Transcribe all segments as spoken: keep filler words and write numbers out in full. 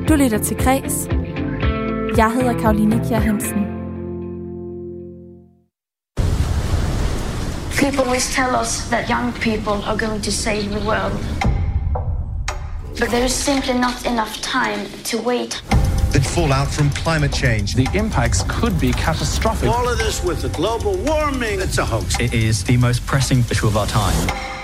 Du lytter til Kres. Jeg hedder Karoline Kjær Hansen. People always tell us that young people are going to save the world. But there is simply not enough time to wait. The fallout from climate change. The impacts could be catastrophic. All of this with the global warming, it's a hoax. It is the most pressing issue of our time.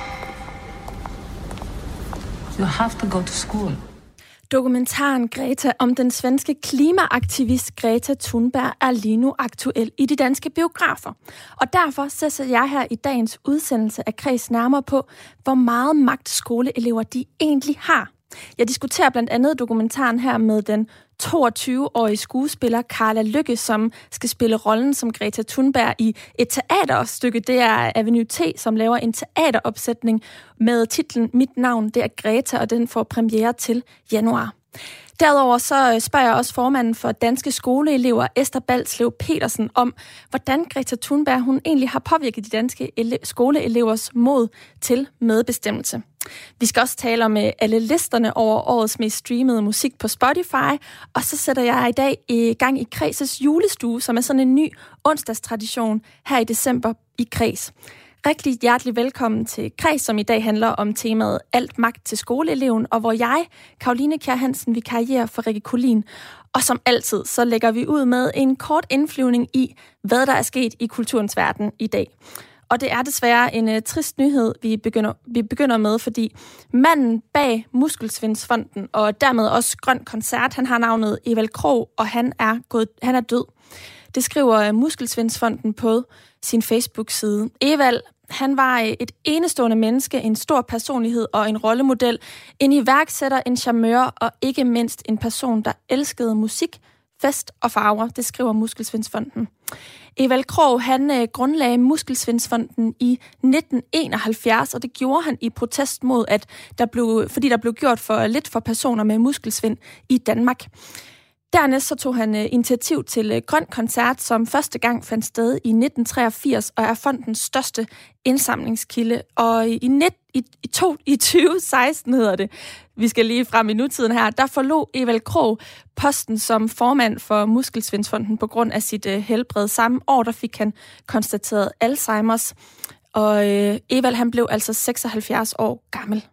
You have to go to school. Dokumentaren Greta om den svenske klimaaktivist Greta Thunberg er lige nu aktuel i de danske biografer. Og derfor sætter jeg her i dagens udsendelse af Kreds nærmere på, hvor meget magt skoleelever de egentlig har. Jeg diskuterer blandt andet dokumentaren her med den toogtyve-årige skuespiller Carla Lykke, som skal spille rollen som Greta Thunberg i et teaterstykke. Det er Avenue T, som laver en teateropsætning med titlen Mit navn, det er Greta, og den får premiere til januar. Derudover så spørger jeg også formanden for Danske Skoleelever, Esther Balslev Petersen, om, hvordan Greta Thunberg hun egentlig har påvirket de danske ele- skoleelevers mod til medbestemmelse. Vi skal også tale om alle listerne over årets mest streamede musik på Spotify, og så sætter jeg i dag i gang i Kres' julestue, som er sådan en ny onsdagstradition her i december i Kres. Rigtig hjertelig velkommen til Kres, som i dag handler om temaet Alt magt til skoleeleven, og hvor jeg, Karoline Kjær Hansen, vikarierer for Rikke Collin. Og som altid, så lægger vi ud med en kort indflyvning i, hvad der er sket i kulturens verden i dag. Og det er desværre en uh, trist nyhed, vi begynder, vi begynder med, fordi manden bag Muskelsvindsfonden, og dermed også Grøn Koncert, han har navnet Evald Krog, og han er, gået, han er død. Det skriver uh, Muskelsvindsfonden på sin Facebook-side. Evald, han var et enestående menneske, en stor personlighed og en rollemodel, en iværksætter, en charmeur og ikke mindst en person, der elskede musik, fest og farver. Det skriver Muskelsvindsfonden. Evald Krog, han øh, grundlagde Muskelsvindsfonden i nitten enoghalvfjerds, og det gjorde han i protest mod, at der blev, fordi der blev gjort for lidt for personer med muskelsvind i Danmark. Dernæst så tog han øh, initiativ til øh, Grøn Koncert, som første gang fandt sted i nitten treogfirs og er fondens største indsamlingskilde. Og i, net, i, i, to, i tyve seksten hedder det, vi skal lige frem i nutiden her, der forlod Evald Krog posten som formand for Muskelsvindsfonden på grund af sit øh, helbred. Samme år der fik han konstateret Alzheimers, og øh, Evald han blev altså seksoghalvfjerds år gammel.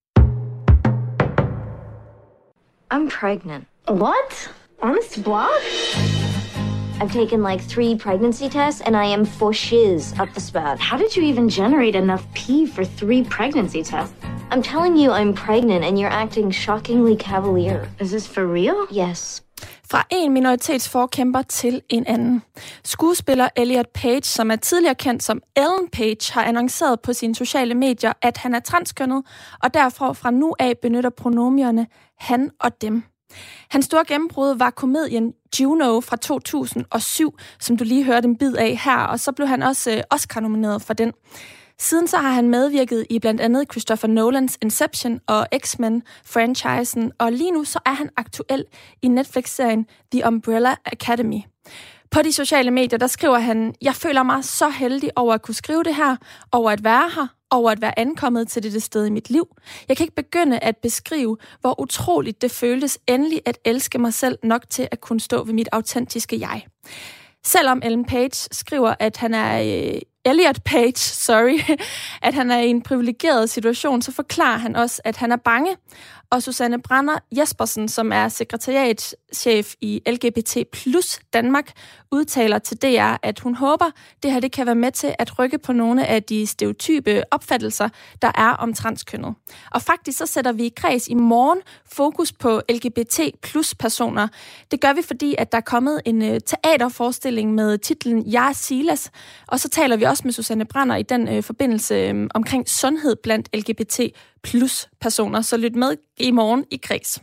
I'm pregnant. What? Honest to blog? I've taken like three pregnancy tests and I am for shiz up the spout. How did you even generate enough pee for three pregnancy tests? I'm telling you I'm pregnant and you're acting shockingly cavalier. Is this for real? Yes. Fra en minoritetsforkæmper til en anden. Skuespiller Elliot Page, som er tidligere kendt som Ellen Page, har annonceret på sine sociale medier, at han er transkønnet, og derfor fra nu af benytter pronomierne han og dem. Hans store gennembrud var komedien Juno fra to tusind og syv, som du lige hørte en bid af her, og så blev han også øh, Oscar-nomineret for den. Siden så har han medvirket i blandt andet Christopher Nolans Inception og X-Men-franchisen, og lige nu så er han aktuel i Netflix-serien The Umbrella Academy. På de sociale medier, der skriver han, jeg føler mig så heldig over at kunne skrive det her, over at være her, over at være ankommet til dette sted i mit liv. Jeg kan ikke begynde at beskrive, hvor utroligt det føltes endelig at elske mig selv nok til at kunne stå ved mit autentiske jeg. Selvom Ellen Page skriver, at han er... Øh, Elliot Page, sorry, at han er i en privilegeret situation, så forklarer han også, at han er bange. Og Susanne Brander Jespersen, som er sekretariatschef i L G B T plus Danmark, udtaler til D R, at hun håber, det her det kan være med til at rykke på nogle af de stereotype opfattelser, der er om transkønnet. Og faktisk så sætter vi i Kreds i morgen fokus på L G B T plus personer. Det gør vi, fordi at der er kommet en teaterforestilling med titlen Jeg er Silas, og så taler vi også med Susanne Brander i den øh, forbindelse øh, omkring sundhed blandt L G B T plus personer. Så lyt med i morgen i Kreds.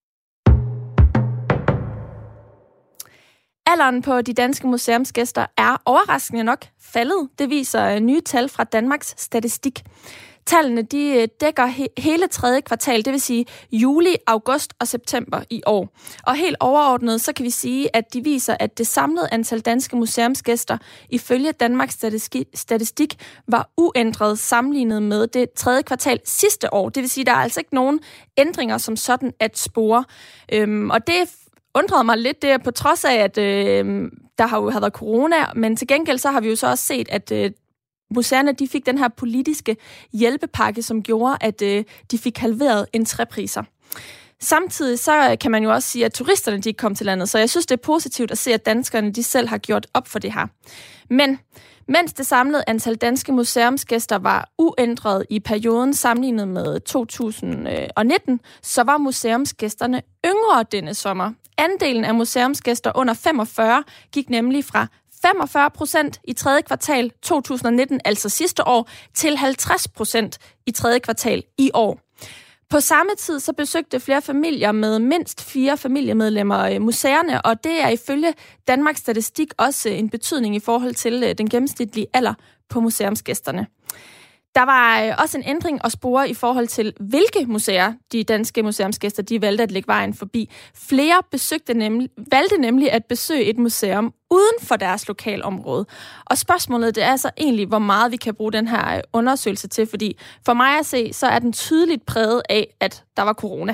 Alderen på de danske museumsgæster er overraskende nok faldet. Det viser nye tal fra Danmarks Statistik. Tallene de dækker he- hele tredje kvartal, det vil sige juli, august og september i år. Og helt overordnet, så kan vi sige, at de viser, at det samlede antal danske museumsgæster ifølge Danmarks Statistik var uændret sammenlignet med det tredje kvartal sidste år. Det vil sige, at der er altså ikke nogen ændringer som sådan at spore. Øhm, og det undrede mig lidt, det på trods af, at øh, der har jo været corona, men til gengæld så har vi jo så også set, at øh, museerne de fik den her politiske hjælpepakke, som gjorde, at øh, de fik halveret entrépriser. Samtidig så kan man jo også sige, at turisterne de kom til landet, så jeg synes, det er positivt at se, at danskerne de selv har gjort op for det her. Men mens det samlede antal danske museumsgæster var uændret i perioden sammenlignet med to tusind nitten, så var museumsgæsterne yngre denne sommer. Andelen af museumsgæster under femogfyrre gik nemlig fra femogfyrre procent i tredje kvartal to tusind nitten, altså sidste år, til halvtreds procent i tredje kvartal i år. På samme tid så besøgte flere familier med mindst fire familiemedlemmer museerne, og det er ifølge Danmarks Statistik også en betydning i forhold til den gennemsnitlige alder på museumsgæsterne. Der var også en ændring at spore i forhold til, hvilke museer de danske museumsgæster de valgte at lægge vejen forbi. Flere besøgte nemlig, valgte nemlig at besøge et museum uden for deres lokalområde. Og spørgsmålet det er altså egentlig, hvor meget vi kan bruge den her undersøgelse til, fordi for mig at se, så er den tydeligt præget af, at der var corona.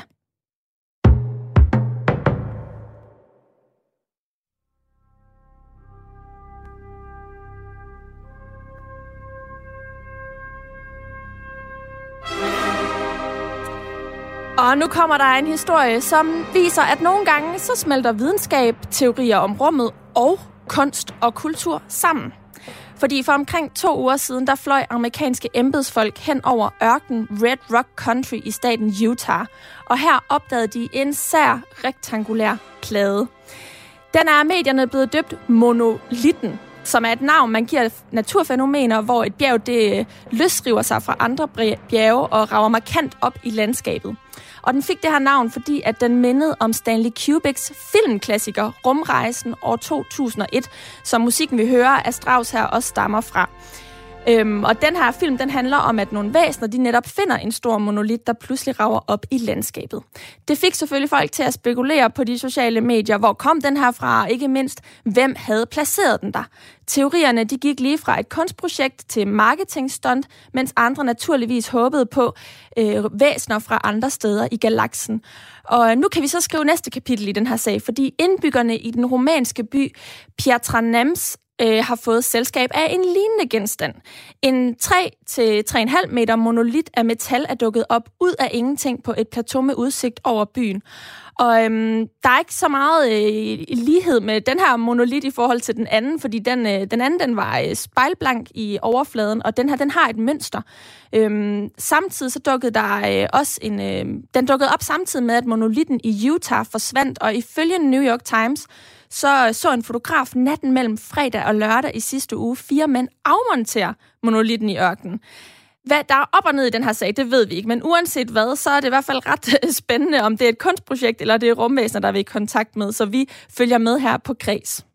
Og nu kommer der en historie, som viser, at nogle gange så smelter videnskab, teorier om rummet og kunst og kultur sammen. Fordi for omkring to uger siden, der fløj amerikanske embedsfolk hen over ørkenen Red Rock Country i staten Utah. Og her opdagede de en sær rektangulær plade. Den er af medierne blevet døbt monolitten, som er et navn, man giver naturfænomener, hvor et bjerg det løsriver sig fra andre bjerge og rager markant op i landskabet. Og den fik det her navn, fordi at den mindede om Stanley Kubricks filmklassiker Rumrejsen år to tusind og et, som musikken vi hører af Strauss her også stammer fra. Øhm, og den her film, den handler om, at nogle væsener, de netop finder en stor monolit, der pludselig rager op i landskabet. Det fik selvfølgelig folk til at spekulere på de sociale medier. Hvor kom den her fra? Ikke mindst, hvem havde placeret den der? Teorierne, de gik lige fra et kunstprojekt til marketingstunt, mens andre naturligvis håbede på øh, væsener fra andre steder i galaksen. Og nu kan vi så skrive næste kapitel i den her sag, fordi indbyggerne i den romanske by Pietranams Øh, har fået selskab af en lignende genstand. En tre til tre komma fem meter monolit af metal er dukket op ud af ingenting på et plateau med udsigt over byen. Og øhm, der er ikke så meget øh, lighed med den her monolit i forhold til den anden, fordi den, øh, den anden den var øh, spejlblank i overfladen, og den her den har et mønster. Øhm, samtidig så dukkede der øh, også en... Øh, den dukkede op samtidig med, at monolitten i Utah forsvandt, og ifølge New York Times så så en fotograf natten mellem fredag og lørdag i sidste uge fire mænd afmontere monolitten i ørkenen. Hvad der er op og ned i den her sag, det ved vi ikke, men uanset hvad, så er det i hvert fald ret spændende, om det er et kunstprojekt, eller det er rumvæsener, der er vi i kontakt med, så vi følger med her på Kreds.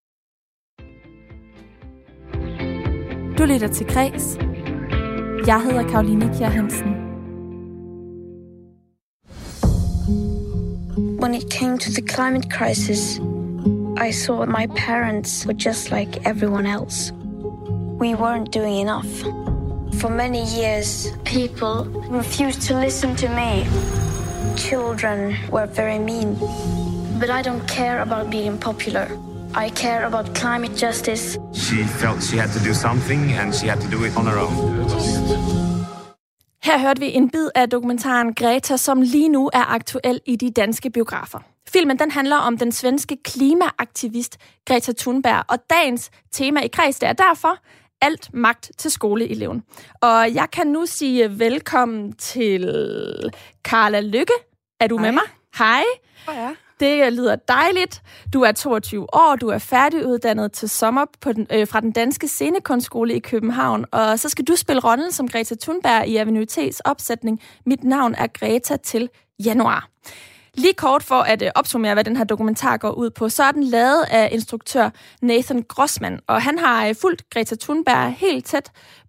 Du lytter til Kreds. Jeg hedder Karoline Kjær Hansen. When it came to the climate crisis, I saw my parents were just like everyone else. We weren't doing enough. For many years, people refused to listen to me. Children were very mean. But I don't care about being popular. I care about climate justice. She felt she had to do something, and she had to do it on her own. Her hørte vi en bid af dokumentaren Greta, som lige nu er aktuel i de danske biografer. Filmen den handler om den svenske klimaaktivist Greta Thunberg, og dagens tema i Kreds, det er derfor alt magt til skoleeleven. Og jeg kan nu sige velkommen til Carla Lykke. Er du Hej. Med mig? Hej. Ja. Det lyder dejligt. Du er toogtyve år, du er færdiguddannet til sommer på den, øh, fra den danske scenekunstskole i København, og så skal du spille rollen som Greta Thunberg i Avenue T's opsætning Mit navn er Greta til januar. Lige kort for at øh, opsummere, hvad den her dokumentar går ud på, så er den lavet af instruktør Nathan Grossman, og han har øh, fulgt Greta Thunberg helt tæt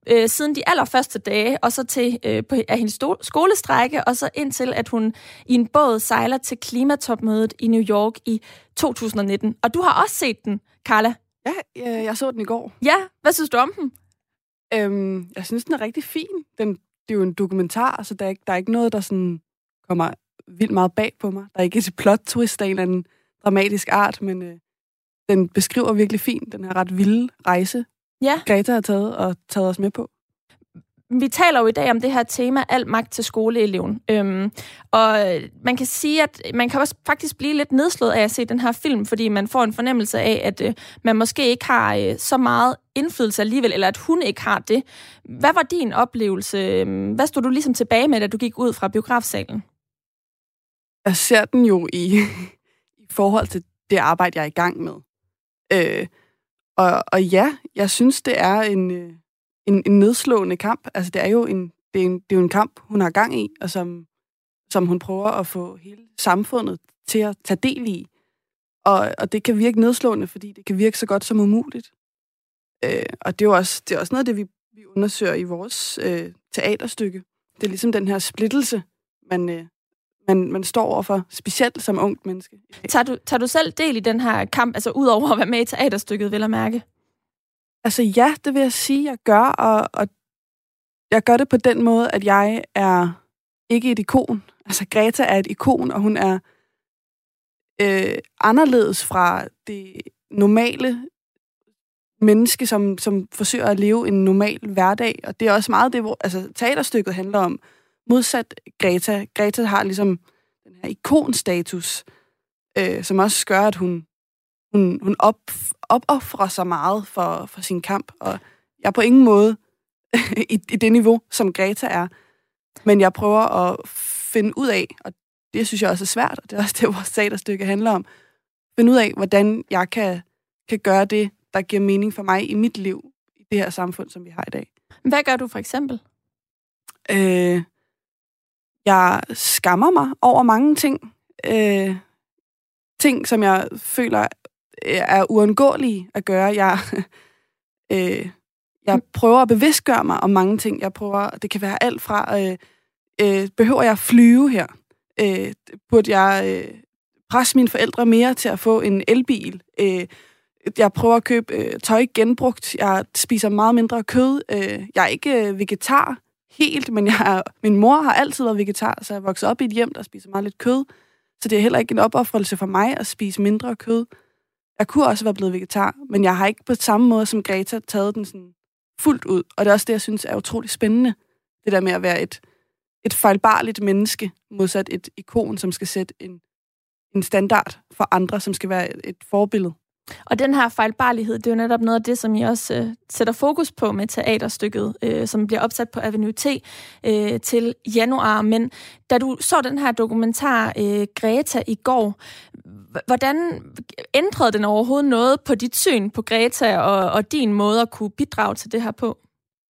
øh, siden de allerførste dage, og så til øh, på, af hendes sto- skolestrække, og så indtil, at hun i en båd sejler til klimatopmødet i New York i to tusind nitten. Og du har også set den, Carla. Ja, jeg, jeg så den i går. Ja, hvad synes du om den? Øhm, jeg synes, den er rigtig fin. Den, det er jo en dokumentar, så der er, ikke, der er ikke noget, der sådan kommer vildt meget bag på mig. Der er ikke et plot twist af en eller anden dramatisk art, men øh, den beskriver virkelig fint den her ret vilde rejse, ja. Greta har taget og taget os med på. Vi taler jo i dag om det her tema, al magt til skoleeleven. Øhm, og man kan sige, at man kan også faktisk blive lidt nedslået af at se den her film, fordi man får en fornemmelse af, at øh, man måske ikke har øh, så meget indflydelse alligevel, eller at hun ikke har det. Hvad var din oplevelse? Hvad stod du ligesom tilbage med, da du gik ud fra biografsalen? Jeg ser den jo i, i forhold til det arbejde, jeg er i gang med. Øh, og, og ja, jeg synes, det er en... Øh, En, en nedslående kamp. Altså, det er jo en, det er en, det er jo en kamp, hun har gang i, og som, som hun prøver at få hele samfundet til at tage del i. Og, og det kan virke nedslående, fordi det kan virke så godt som umuligt. Øh, og det er jo også, det er også noget af det, vi, vi undersøger i vores øh, teaterstykke. Det er ligesom den her splittelse, man, øh, man, man står overfor, specielt som ungt menneske. Tager du, tager du selv del i den her kamp, altså ud over at være med i teaterstykket, vil jeg mærke? Altså ja, det vil jeg sige, jeg gør, og, og jeg gør det på den måde, at jeg er ikke et ikon. Altså Greta er et ikon, og hun er øh, anderledes fra det normale menneske, som, som forsøger at leve en normal hverdag. Og det er også meget det, hvor altså, teaterstykket handler om. Modsat Greta. Greta har ligesom den her ikonstatus, øh, som også gør, at hun Hun, hun op, opoffrer sig meget for, for sin kamp, og jeg er på ingen måde i, i det niveau, som Greta er. Men jeg prøver at finde ud af, og det synes jeg også er svært, og det er også det, vores teaterstykke handler om, finde ud af, hvordan jeg kan, kan gøre det, der giver mening for mig i mit liv, i det her samfund, som vi har i dag. Hvad gør du for eksempel? Øh, jeg skammer mig over mange ting. Øh, ting, som jeg føler er uundgåelige at gøre. Jeg, øh, jeg prøver at bevidstgøre mig om mange ting. Jeg prøver, det kan være alt fra, øh, øh, behøver jeg flyve her? Øh, burde jeg øh, presse mine forældre mere til at få en elbil? Øh, jeg prøver at købe øh, tøj genbrugt. Jeg spiser meget mindre kød. Øh, jeg er ikke øh, vegetar helt, men jeg er, min mor har altid været vegetar, så jeg er vokset op i et hjem, der spiser meget lidt kød. Så det er heller ikke en opoffrelse for mig at spise mindre kød. Jeg kunne også være blevet vegetar, men jeg har ikke på samme måde som Greta taget den sådan fuldt ud. Og det er også det, jeg synes er utrolig spændende. Det der med at være et, et fejlbarligt menneske, modsat et ikon, som skal sætte en, en standard for andre, som skal være et, et forbillede. Og den her fejlbarlighed, det er jo netop noget af det, som I også øh, sætter fokus på med teaterstykket, øh, som bliver opsat på Avenue T øh, til januar. Men da du så den her dokumentar, øh, Greta, i går, hvordan ændrede den overhovedet noget på dit syn på Greta og, og din måde at kunne bidrage til det her på?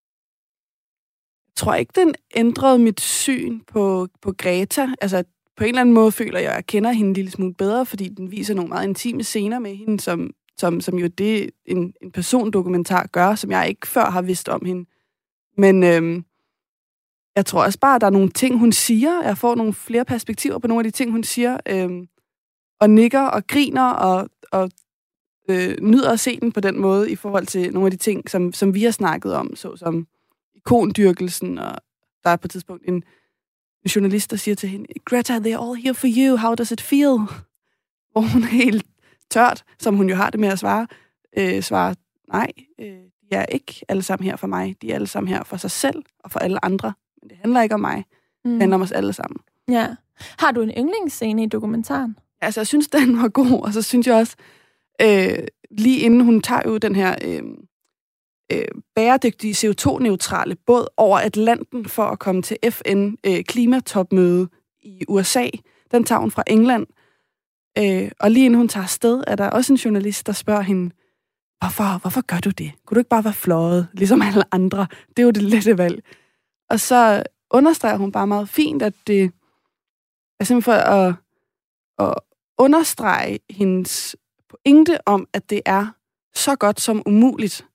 Jeg tror ikke, den ændrede mit syn på, på Greta. Altså, på en eller anden måde føler jeg, at jeg kender hende en lille smule bedre, fordi den viser nogle meget intime scener med hende, som, som, som jo det en, en persondokumentar gør, som jeg ikke før har vidst om hende. Men øhm, jeg tror også bare, at der er nogle ting, hun siger. Jeg får nogle flere perspektiver på nogle af de ting, hun siger. Øhm, og nikker og griner og, og øh, nyder at se den på den måde i forhold til nogle af de ting, som, som vi har snakket om, såsom ikondyrkelsen, og der er på et tidspunkt en En journalist, der siger til hende, Greta, they're all here for you. How does it feel? Hvor hun er helt tørt, som hun jo har det med at svare, øh, svarer, nej, øh, de er ikke alle sammen her for mig. De er alle sammen her for sig selv og for alle andre. Men det handler ikke om mig. Mm. Det handler om os alle sammen. Ja. Har du en yndlingsscene i dokumentaren? Altså, jeg synes, den var god, og så synes jeg også, øh, lige inden hun tager jo den her øh, øh, bæredygtige C O to-neutrale båd over Atlanten for at komme til F N-klimatopmøde øh, i U S A. Den tager hun fra England. Øh, og lige inden hun tager afsted, er der også en journalist, der spørger hende, hvorfor, hvorfor gør du det? Kunne du ikke bare være fløjet, ligesom alle andre? Det er jo det lette valg. Og så understreger hun bare meget fint, at det er simpelthen for at, at understrege hendes pointe om, at det er så godt som umuligt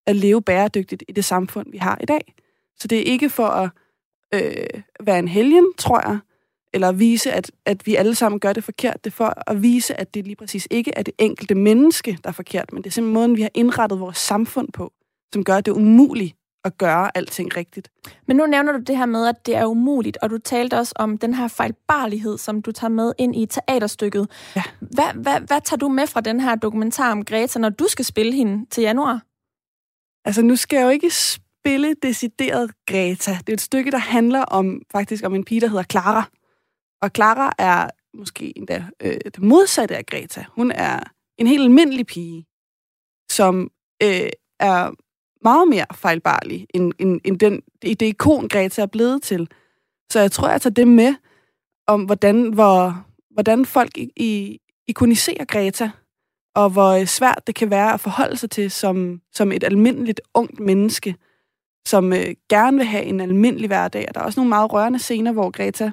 at leve bæredygtigt i det samfund, vi har i dag. Så det er ikke for at øh, være en helgen, tror jeg, eller vise, at, at vi alle sammen gør det forkert. Det er for at vise, at det lige præcis ikke er det enkelte menneske, der er forkert, men det er simpelthen måden, vi har indrettet vores samfund på, som gør det umuligt at gøre alting rigtigt. Men nu nævner du det her med, at det er umuligt, og du talte også om den her fejlbarlighed, som du tager med ind i teaterstykket. Ja. Hvad, hvad, hvad tager du med fra den her dokumentar om Greta, når du skal spille hende til januar? Altså, nu skal jeg jo ikke spille decideret Greta. Det er et stykke, der handler om faktisk om en pige, der hedder Clara. Og Clara er måske endda øh, det modsatte af Greta. Hun er en helt almindelig pige, som øh, er meget mere fejlbarlig, end, end, end den, det ikon, Greta er blevet til. Så jeg tror, jeg tager det med, om hvordan, hvor, hvordan folk i, i, ikoniserer Greta, og hvor svært det kan være at forholde sig til som, som et almindeligt ungt menneske, som øh, gerne vil have en almindelig hverdag. Og der er også nogle meget rørende scener, hvor Greta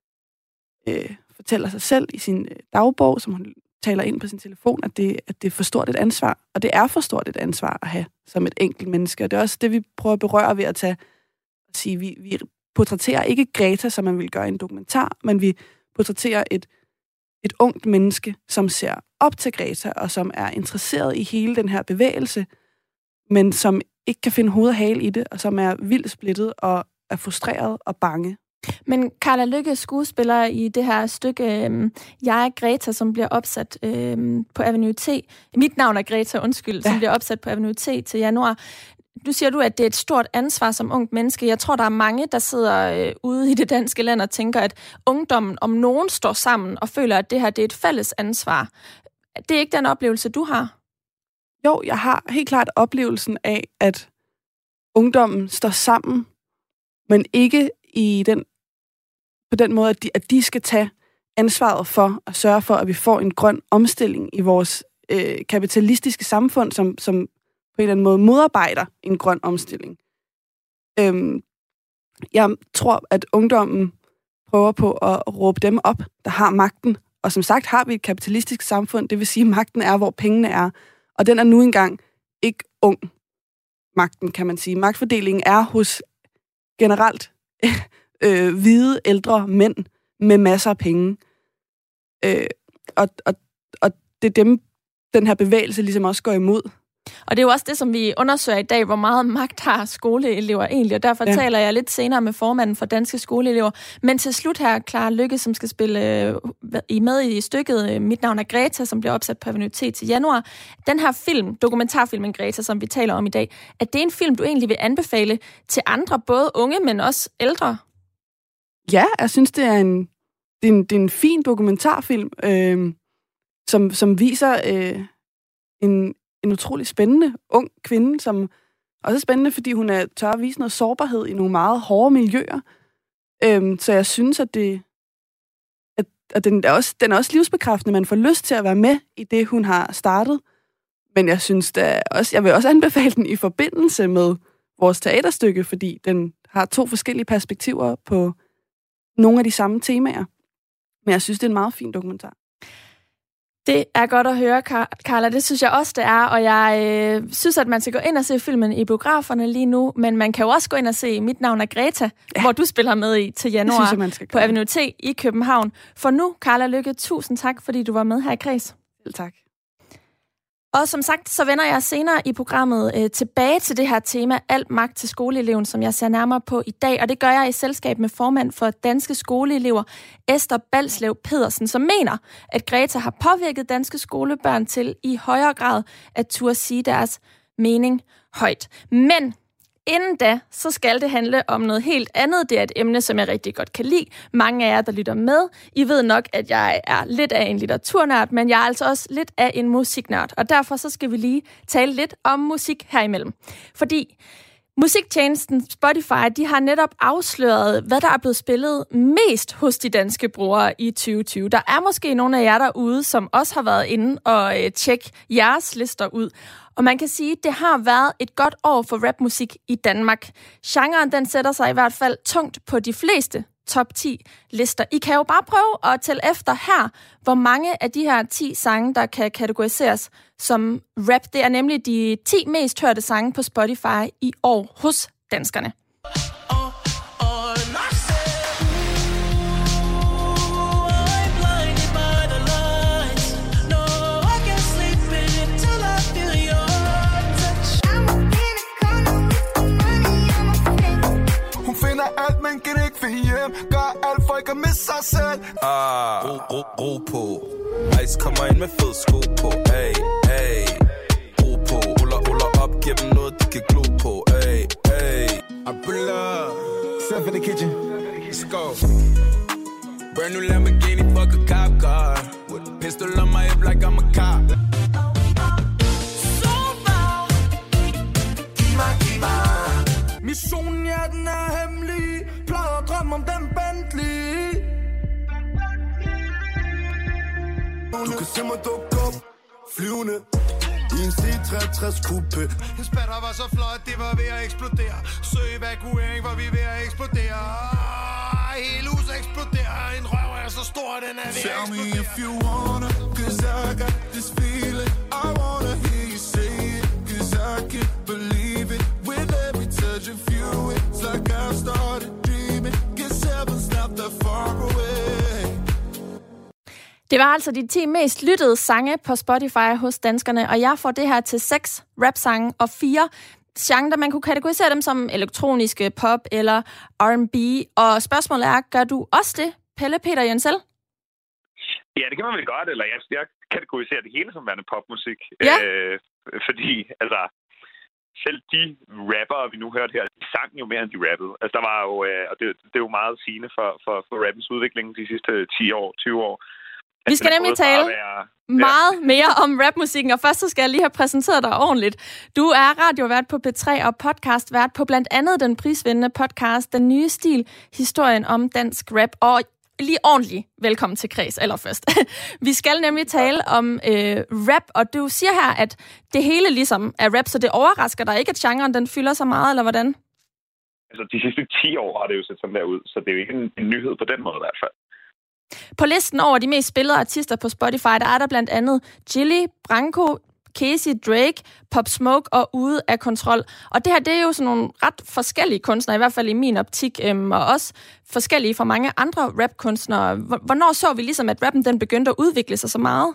øh, fortæller sig selv i sin øh, dagbog, som hun taler ind på sin telefon, at det, at det er for stort et ansvar. Og det er for stort et ansvar at have som et enkelt menneske. Og det er også det, vi prøver at berøre ved at tage og sige, vi, vi portrætterer ikke Greta, som man vil gøre i en dokumentar, men vi portrætterer et, et ungt menneske, som ser op til Greta, og som er interesseret i hele den her bevægelse, men som ikke kan finde hoved og hale i det, og som er vildt splittet og er frustreret og bange. Men Carla Lykke, skuespiller i det her stykke øh, Jeg er Greta, som bliver opsat øh, på Avenue T. Mit navn er Greta, undskyld, ja. Som bliver opsat på Avenue T til januar. Nu siger du, at det er et stort ansvar som ungt menneske. Jeg tror, der er mange, der sidder øh, ude i det danske land og tænker, at ungdommen om nogen står sammen og føler, at det her det er et fælles ansvar. Det er ikke den oplevelse, du har? Jo, jeg har helt klart oplevelsen af, at ungdommen står sammen, men ikke i den, på den måde, at de, at de skal tage ansvaret for at sørge for, at vi får en grøn omstilling i vores øh, kapitalistiske samfund, som, som på en eller anden måde modarbejder en grøn omstilling. Øhm, jeg tror, at ungdommen prøver på at råbe dem op, der har magten. Og som sagt har vi et kapitalistisk samfund, det vil sige, at magten er, hvor pengene er. Og den er nu engang ikke ung magten, kan man sige. Magtfordelingen er hos generelt øh, hvide, ældre mænd med masser af penge. Øh, og, og, og det er dem, den her bevægelse ligesom også går imod. Og det er jo også det, som vi undersøger i dag, hvor meget magt har skoleelever egentlig, og derfor ja. taler jeg lidt senere med formanden for Danske Skoleelever. Men til slut her, Clara Lykke, som skal spille øh, med i stykket øh, Mit navn er Greta, som bliver opsat på Avenue T til januar. Den her film, dokumentarfilmen Greta, som vi taler om i dag, er det en film, du egentlig vil anbefale til andre, både unge, men også ældre? Ja, jeg synes, det er en, det er en, det er en fin dokumentarfilm, øh, som, som viser øh, en en utrolig spændende ung kvinde, som også er spændende, fordi hun er tør at vise noget sårbarhed i nogle meget hårde miljøer. Øhm, så jeg synes, at det at, at den, er også, den er også livsbekræftende. Man får lyst til at være med i det, hun har startet. Men jeg synes da også, jeg vil også anbefale den i forbindelse med vores teaterstykke, fordi den har to forskellige perspektiver på nogle af de samme temaer. Men jeg synes, det er en meget fin dokumentar. Det er godt at høre, Carla. Det synes jeg også, det er. Og jeg øh, synes, at man skal gå ind og se filmen i biograferne lige nu. Men man kan jo også gå ind og se Mit navn er Greta, ja. hvor du spiller med i til januar synes, man skal på Avenue T i København. For nu, Carla Lykke, tusind tak, fordi du var med her i Kreds. Selv tak. Og som sagt, så vender jeg senere i programmet øh, tilbage til det her tema, alt magt til skoleeleven, som jeg ser nærmere på i dag. Og det gør jeg i selskab med formand for Danske Skoleelever, Esther Balslev Pedersen, som mener, at Greta har påvirket danske skolebørn til i højere grad at turde sige deres mening højt. Men inden da, så skal det handle om noget helt andet. Det er et emne, som jeg rigtig godt kan lide. Mange af jer, der lytter med, I ved nok, at jeg er lidt af en litteraturnørd, men jeg er altså også lidt af en musiknørd. Og derfor så skal vi lige tale lidt om musik herimellem. Fordi musiktjenesten Spotify, de har netop afsløret, hvad der er blevet spillet mest hos de danske brugere i tyve tyve. Der er måske nogle af jer derude, som også har været inde og øh, tjekke jeres lister ud. Og man kan sige, at det har været et godt år for rapmusik i Danmark. Genren den sætter sig i hvert fald tungt på de fleste top ti lister. I kan jo bare prøve at tælle efter her, hvor mange af de her ti sange, der kan kategoriseres som rap. Det er nemlig de ti mest hørte sange på Spotify i år hos danskerne. Alt, man kan ikke finde hjem. Gør alt for ikke at miste sig selv. Ah, ro, ro, ro på. Ice kommer ind med fed sko på. Ay, ay, ro på. Ruller, ruller op, giv dem noget, de kan glo på. Ay, ay. I pull up. Step in the kitchen. Let's go. Brand new Lamborghini, fuck a cop car. With a pistol on my hip like I'm a cop. Missionen, ja, den er hemmelig. Plejer at drømme om den Bentley. Du kan se mig dukke op, flyvende i en C treogtres coupe. En spatter var så flot, det var ved at eksplodere. Søg evakuering, hvor vi er ved at eksplodere. Hele huset eksploderer. En røv er så stor, den er ved at Tell me eksplodere. if you wanna, cause I got this feeling. I wanna hear you say it, cause I can't believe it. With every touch of you, it's like I've started dreaming. Guess heaven's not that far away. Det var altså de ti mest lyttede sange på Spotify hos danskerne, og jeg får det her til seks rap-sange og fire genrer. Man kunne kategorisere dem som elektroniske, pop eller R and B. Og spørgsmålet er, gør du også det, Pelle Peter Jensel? Ja, det kan man vel godt, eller jeg, jeg kategoriserer det hele som værende popmusik. Ja. Øh, fordi, altså, selv de rappere, vi nu hørte her, de sang jo mere, end de rappede. Altså, der var jo, øh, og det, det er jo meget sigende for, for, for rappens udvikling de sidste ti år, tyve år. Vi skal nemlig tale være, meget ja. mere om rapmusikken, og først så skal jeg lige have præsenteret dig ordentligt. Du er radiovært på P tre og podcastvært på blandt andet den prisvindende podcast Den Nye Stil, historien om dansk rap. Og lige ordentligt velkommen til Kreds allerførst. Vi skal nemlig tale om øh, rap, og du siger her, at det hele ligesom er rap, så det overrasker dig ikke, at genren den fylder så meget, eller hvordan? Altså, de sidste ti år har det jo set sådan der ud, så det er jo ikke en, en nyhed på den måde i hvert fald. På listen over de mest spillede artister på Spotify, der er der blandt andet Jilly, Branko, Casey, Drake, Pop Smoke og Ude af Kontrol. Og det her, det er jo sådan nogle ret forskellige kunstnere, i hvert fald i min optik, øhm, og også forskellige fra mange andre rapkunstnere. Hvornår så vi ligesom, at rappen den begyndte at udvikle sig så meget?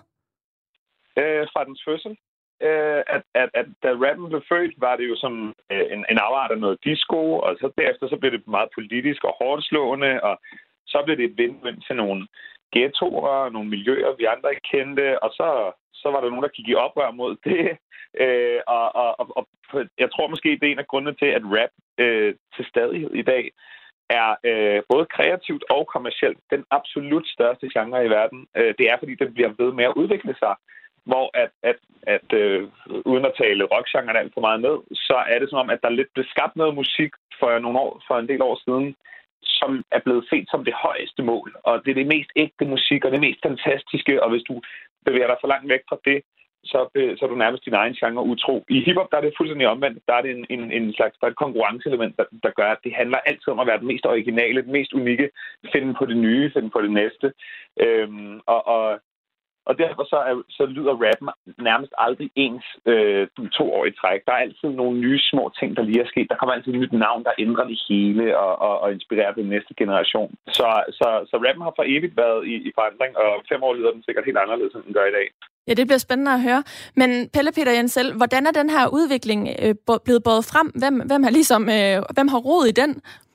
Øh, fra dens fødsel. Øh, at, at, at da rappen blev født, var det jo som øh, en, en afart af noget disco, og så derefter så blev det meget politisk og hårdt slående, og så blev det et vind-vind til nogle ghettoer, nogle miljøer, vi andre ikke kendte, og så, så var der nogen, der gik i oprør mod det. Øh, og, og, og jeg tror måske, det er en af grundene til, at rap øh, til stadighed i dag er øh, både kreativt og kommercielt den absolut største genre i verden. Øh, det er, fordi den bliver ved med at udvikle sig. Hvor at, at, at øh, uden at tale rockgenren alt for meget ned, så er det som om, at der lidt blev skabt noget musik for nogle år, for en del år siden, som er blevet set som det højeste mål. Og det er det mest ægte musik, og det mest fantastiske, og hvis du bevæger dig for langt væk fra det, så, så er du nærmest din egen genre utro. I hiphop, der er det fuldstændig omvendt. Der er det en, en, en slags der er et konkurrenceelement, der, der gør, at det handler altid om at være den mest originale, den mest unikke, finde på det nye, finde på det næste. Øhm, og, og Og derfor så, er, så lyder rappen nærmest aldrig ens øh, to år i træk. Der er altid nogle nye små ting, der lige er sket. Der kommer altid et nyt navn, der ændrer det hele og, og, og inspirerer den næste generation. Så, så, så rappen har for evigt været i, i forandring, og fem år lyder den sikkert helt anderledes, end den gør i dag. Ja, det bliver spændende at høre. Men Pelle Peter Jensel, hvordan er den her udvikling øh, blevet båret frem? Hvem, hvem har ligesom, øh, hvem har rod i den?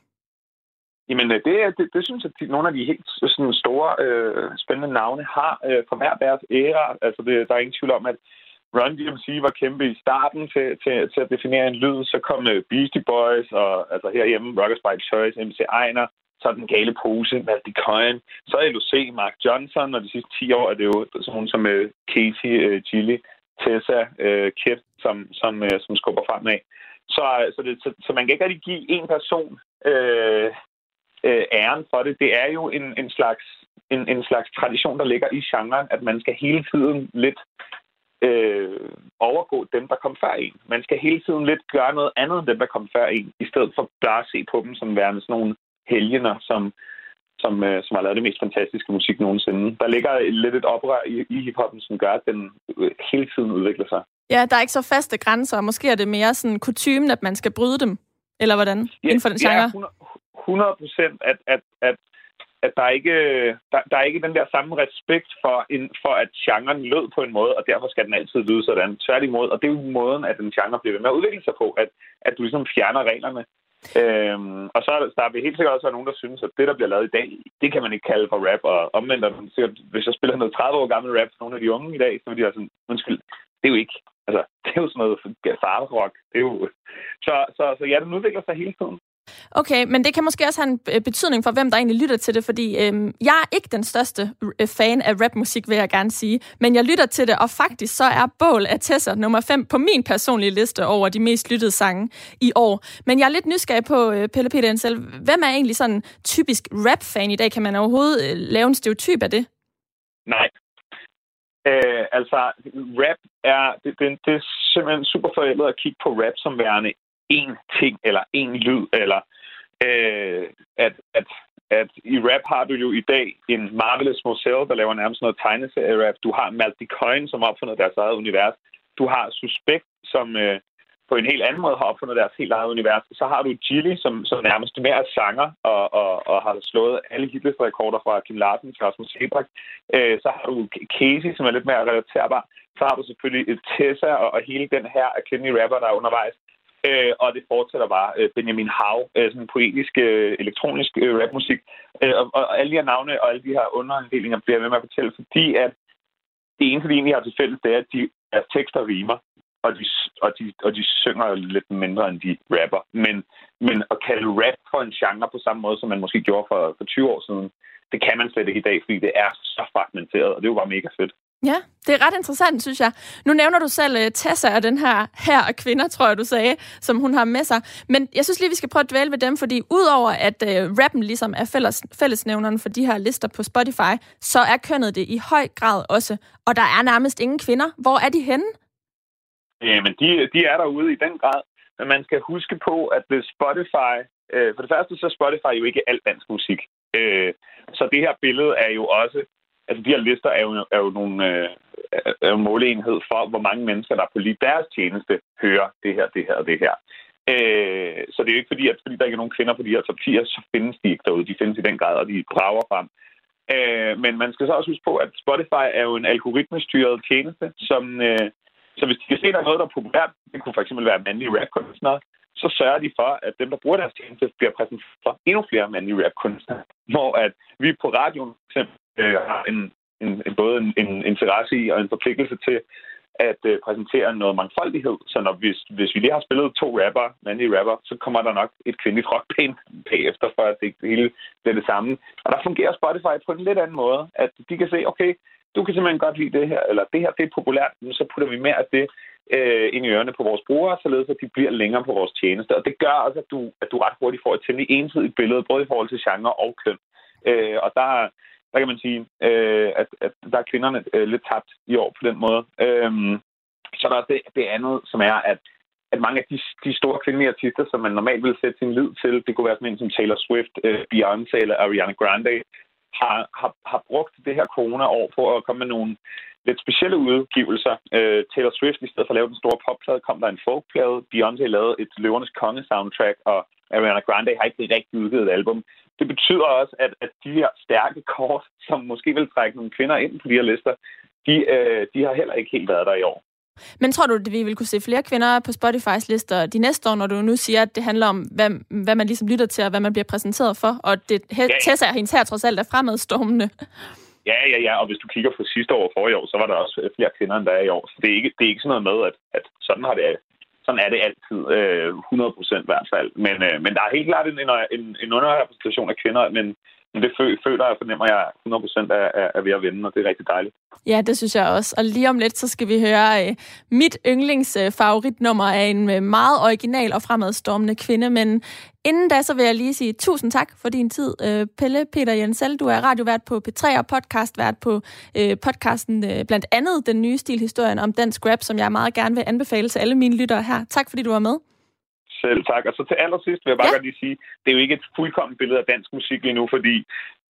Jamen, det, det, det synes jeg, at nogle af de helt sådan, store, øh, spændende navne har øh, fra hver deres æra. Altså, det, der er ingen tvivl om, at Run D M C var kæmpe i starten til, til, til at definere en lyd. Så kom øh, Beastie Boys, og altså herhjemme Rockers by Choice, M C Ejner, så Den Gale Pose, Malte Coyne, så er L O C, Mark Johnson, og de sidste ti år er det jo sådan nogle som øh, Casey, øh, Jilly, Tessa, øh, Kid, som, som, øh, som skubber fremad. Så, så, det, så, så man kan ikke rigtig give en person øh, øh, æren for det. Det er jo en, en, slags, en, en slags tradition, der ligger i genren, at man skal hele tiden lidt øh, overgå dem, der kom før en. Man skal hele tiden lidt gøre noget andet end dem, der kom før en, i stedet for bare at se på dem som værende sådan nogle helgener, som, som, øh, som har lavet det mest fantastiske musik nogensinde. Der ligger lidt et oprør i, i hiphoppen, som gør, at den øh, hele tiden udvikler sig. Ja, der er ikke så faste grænser. Måske er det mere sådan kutymen, at man skal bryde dem. Eller hvordan? Ja, inden for den genre? Ja, hundrede procent, at, at, at, at der, er ikke, der, der er ikke den der samme respekt for, en, for, at genren lød på en måde, og derfor skal den altid lyde sådan. Tværtimod, og det er jo måden, at den genre bliver ved med at udvikle sig på, at, at du ligesom fjerner reglerne. Øhm, og så der vil helt sikkert også være nogen, der synes, at det, der bliver lavet i dag, det kan man ikke kalde for rap, og omvendt er det sikkert, hvis jeg spiller noget tredive år gammel rap for nogle af de unge i dag, så vil de have sådan, undskyld, det er jo ikke, altså, det er jo sådan noget farverock, det er jo, så, så, så ja, den udvikler sig hele tiden. Okay, men det kan måske også have en betydning for, hvem der egentlig lytter til det, fordi øhm, jeg er ikke den største fan af rapmusik, vil jeg gerne sige, men jeg lytter til det, og faktisk så er Bål af Tessa nummer fem på min personlige liste over de mest lyttede sange i år. Men jeg er lidt nysgerrig på, øh, Pelle Peter Jensel, hvem er egentlig sådan typisk rap-fan i dag? Kan man overhovedet øh, lave en stereotyp af det? Nej. Øh, altså, rap er, det, det, det er simpelthen super forældet at kigge på rap som værende én ting, eller én lyd, eller øh, at, at, at i rap har du jo i dag en Marvelous Moselle, der laver nærmest noget tegneserie-rap. Du har Malti Coin, som har opfundet deres eget univers. Du har Suspekt, som øh, på en helt anden måde har opfundet deres helt eget univers. Så har du Gilly, som, som nærmest mere er sanger, og, og, og har slået alle hitlisterekorder fra Kim Larsen til Rasmus Sebak. Øh, så har du Casey, som er lidt mere relaterbar. Så har du selvfølgelig Tessa og, og hele den her af kvindelige rapper, der er undervejs. Øh, og det fortsætter bare øh, Benjamin Hav, øh, sådan poetisk, øh, elektronisk øh, rapmusik. Øh, og, og alle de her navne og alle de her underinddelinger bliver ved med at fortælle, fordi at det eneste, de egentlig har til fælles, det er, at de, deres tekster rimer, og de, og, de, og de synger lidt mindre, end de rapper. Men, men at kalde rap for en genre på samme måde, som man måske gjorde for, for tyve år siden, det kan man slet ikke i dag, fordi det er så fragmenteret, og det er jo bare mega fedt. Ja, det er ret interessant, synes jeg. Nu nævner du selv uh, Tessa og den her her og kvinder, tror jeg, du sagde, som hun har med sig. Men jeg synes lige, vi skal prøve at dvæle ved dem, fordi udover at uh, rappen ligesom er fælles, fællesnævneren for de her lister på Spotify, så er kønnet det i høj grad også. Og der er nærmest ingen kvinder. Hvor er de henne? Jamen, de, de er derude i den grad. Men man skal huske på, at Spotify... Øh, for det første, så er Spotify jo ikke alt dansk musik. Øh, så det her billede er jo også... Altså, de her lister er jo, er jo nogle, øh, er jo en måleenhed for, hvor mange mennesker, der på lige deres tjeneste, hører det her, det her og det her. Øh, så det er jo ikke fordi, at fordi der ikke er nogen kvinder på de her top tier, så findes de ikke derude. De findes i den grad, og de brager frem. Øh, men man skal så også huske på, at Spotify er jo en algoritmestyret tjeneste, som... Øh, så hvis de kan se, at der er noget, der er populært, det kunne for eksempel være mandlige rapkunstnere, så sørger de for, at dem, der bruger deres tjeneste, bliver præsenteret for endnu flere mandlige rapkunstnere. Hvor at vi på radioen eksempel øh, har en, en, en, både en, en interesse i og en forpligtelse til at øh, præsentere noget mangfoldighed. Så når hvis, hvis vi lige har spillet to rapper, mandlige rapper, så kommer der nok et kvindeligt rockband bagefter, for at det hele bliver det samme. Og der fungerer Spotify på en lidt anden måde, at de kan se, okay, du kan simpelthen godt lide det her, eller det her, det er populært, men så putter vi mere af det øh, ind i ørerne på vores brugere, således at de bliver længere på vores tjeneste. Og det gør også, at du, at du ret hurtigt får et temmelig ensidigt billede, både i forhold til genre og køn. Øh, og der, der kan man sige, øh, at, at der er kvinderne øh, lidt tabt i år på den måde. Øh, så der er det, det andet, som er, at, at mange af de, de store kvindelige artister, som man normalt vil sætte sin lid til, det kunne være sådan en som Taylor Swift, øh, Beyoncé eller Ariana Grande, Har, har, har brugt det her corona-år på at komme med nogle lidt specielle udgivelser. Uh, Taylor Swift, i stedet for at lave den store popplade, kom der en folkplade. Beyoncé lavede et Løvernes Konge-soundtrack, og Ariana Grande har ikke rigtig udgivet et album. Det betyder også, at, at de her stærke kort, som måske vil trække nogle kvinder ind på de her lister, de, uh, de har heller ikke helt været der i år. Men tror du, at vi vil kunne se flere kvinder på Spotifys lister de næste år, når du nu siger, at det handler om, hvad, hvad man ligesom lytter til, og hvad man bliver præsenteret for, og det ja, ja. Tessa og hendes her trods alt er fremadstormende? Ja, ja, ja, og hvis du kigger på sidste år og forrige år, så var der også flere kvinder, end der er i år. Så det er ikke, det er ikke sådan noget med, at, at sådan, har det, sådan er det altid, øh, hundrede procent i hvert fald. Men, øh, men der er helt klart en, en, en underrepræsentation af kvinder, men Men det føler jeg og fornemmer, at jeg hundrede procent er, er ved at vinde, og det er rigtig dejligt. Ja, det synes jeg også. Og lige om lidt, så skal vi høre uh, mit yndlingsfavoritnummer uh, af en uh, meget original og fremadstormende kvinde. Men inden da, så vil jeg lige sige tusind tak for din tid, uh, Pelle Peter Jensel. Du er radiovært på P tre og podcastvært på uh, podcasten uh, blandt andet Den Nye Stilhistorien om dansk rap, som jeg meget gerne vil anbefale til alle mine lyttere her. Tak fordi du var med. Selv tak. Og så til allersidst vil jeg bare ja. godt lige sige, det er jo ikke et fuldkommen billede af dansk musik lige nu, fordi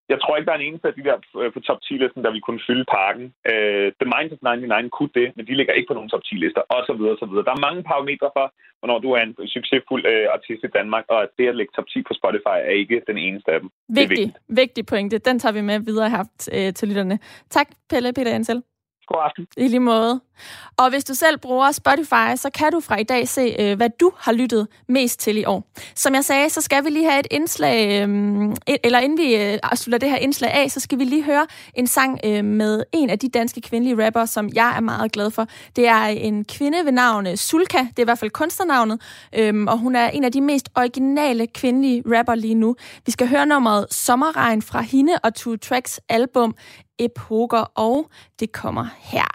jeg tror ikke, der er en eneste af de der på top ti-listen, der vil kunne fylde parken. Uh, The Minds of nioghalvfems kunne det, men de ligger ikke på nogen top ti-lister, og så videre, og så videre. Der er mange parametre for, hvornår du er en succesfuld uh, artist i Danmark, og at det at lægge top ti på Spotify er ikke den eneste af dem. Vigtig, vigtig pointe. Den tager vi med videre her øh, til lytterne. Tak, Pelle Peter Ansel. God aften. I lige måde. Og hvis du selv bruger Spotify, så kan du fra i dag se, øh, hvad du har lyttet mest til i år. Som jeg sagde, så skal vi lige have et indslag, øh, eller inden vi øh, slutter det her indslag af, så skal vi lige høre en sang øh, med en af de danske kvindelige rapper, som jeg er meget glad for. Det er en kvinde ved navn Sulka, det er i hvert fald kunstnernavnet, øh, og hun er en af de mest originale kvindelige rapper lige nu. Vi skal høre nummeret Sommerregn fra hende og Two Tracks album Epoker, og det kommer her.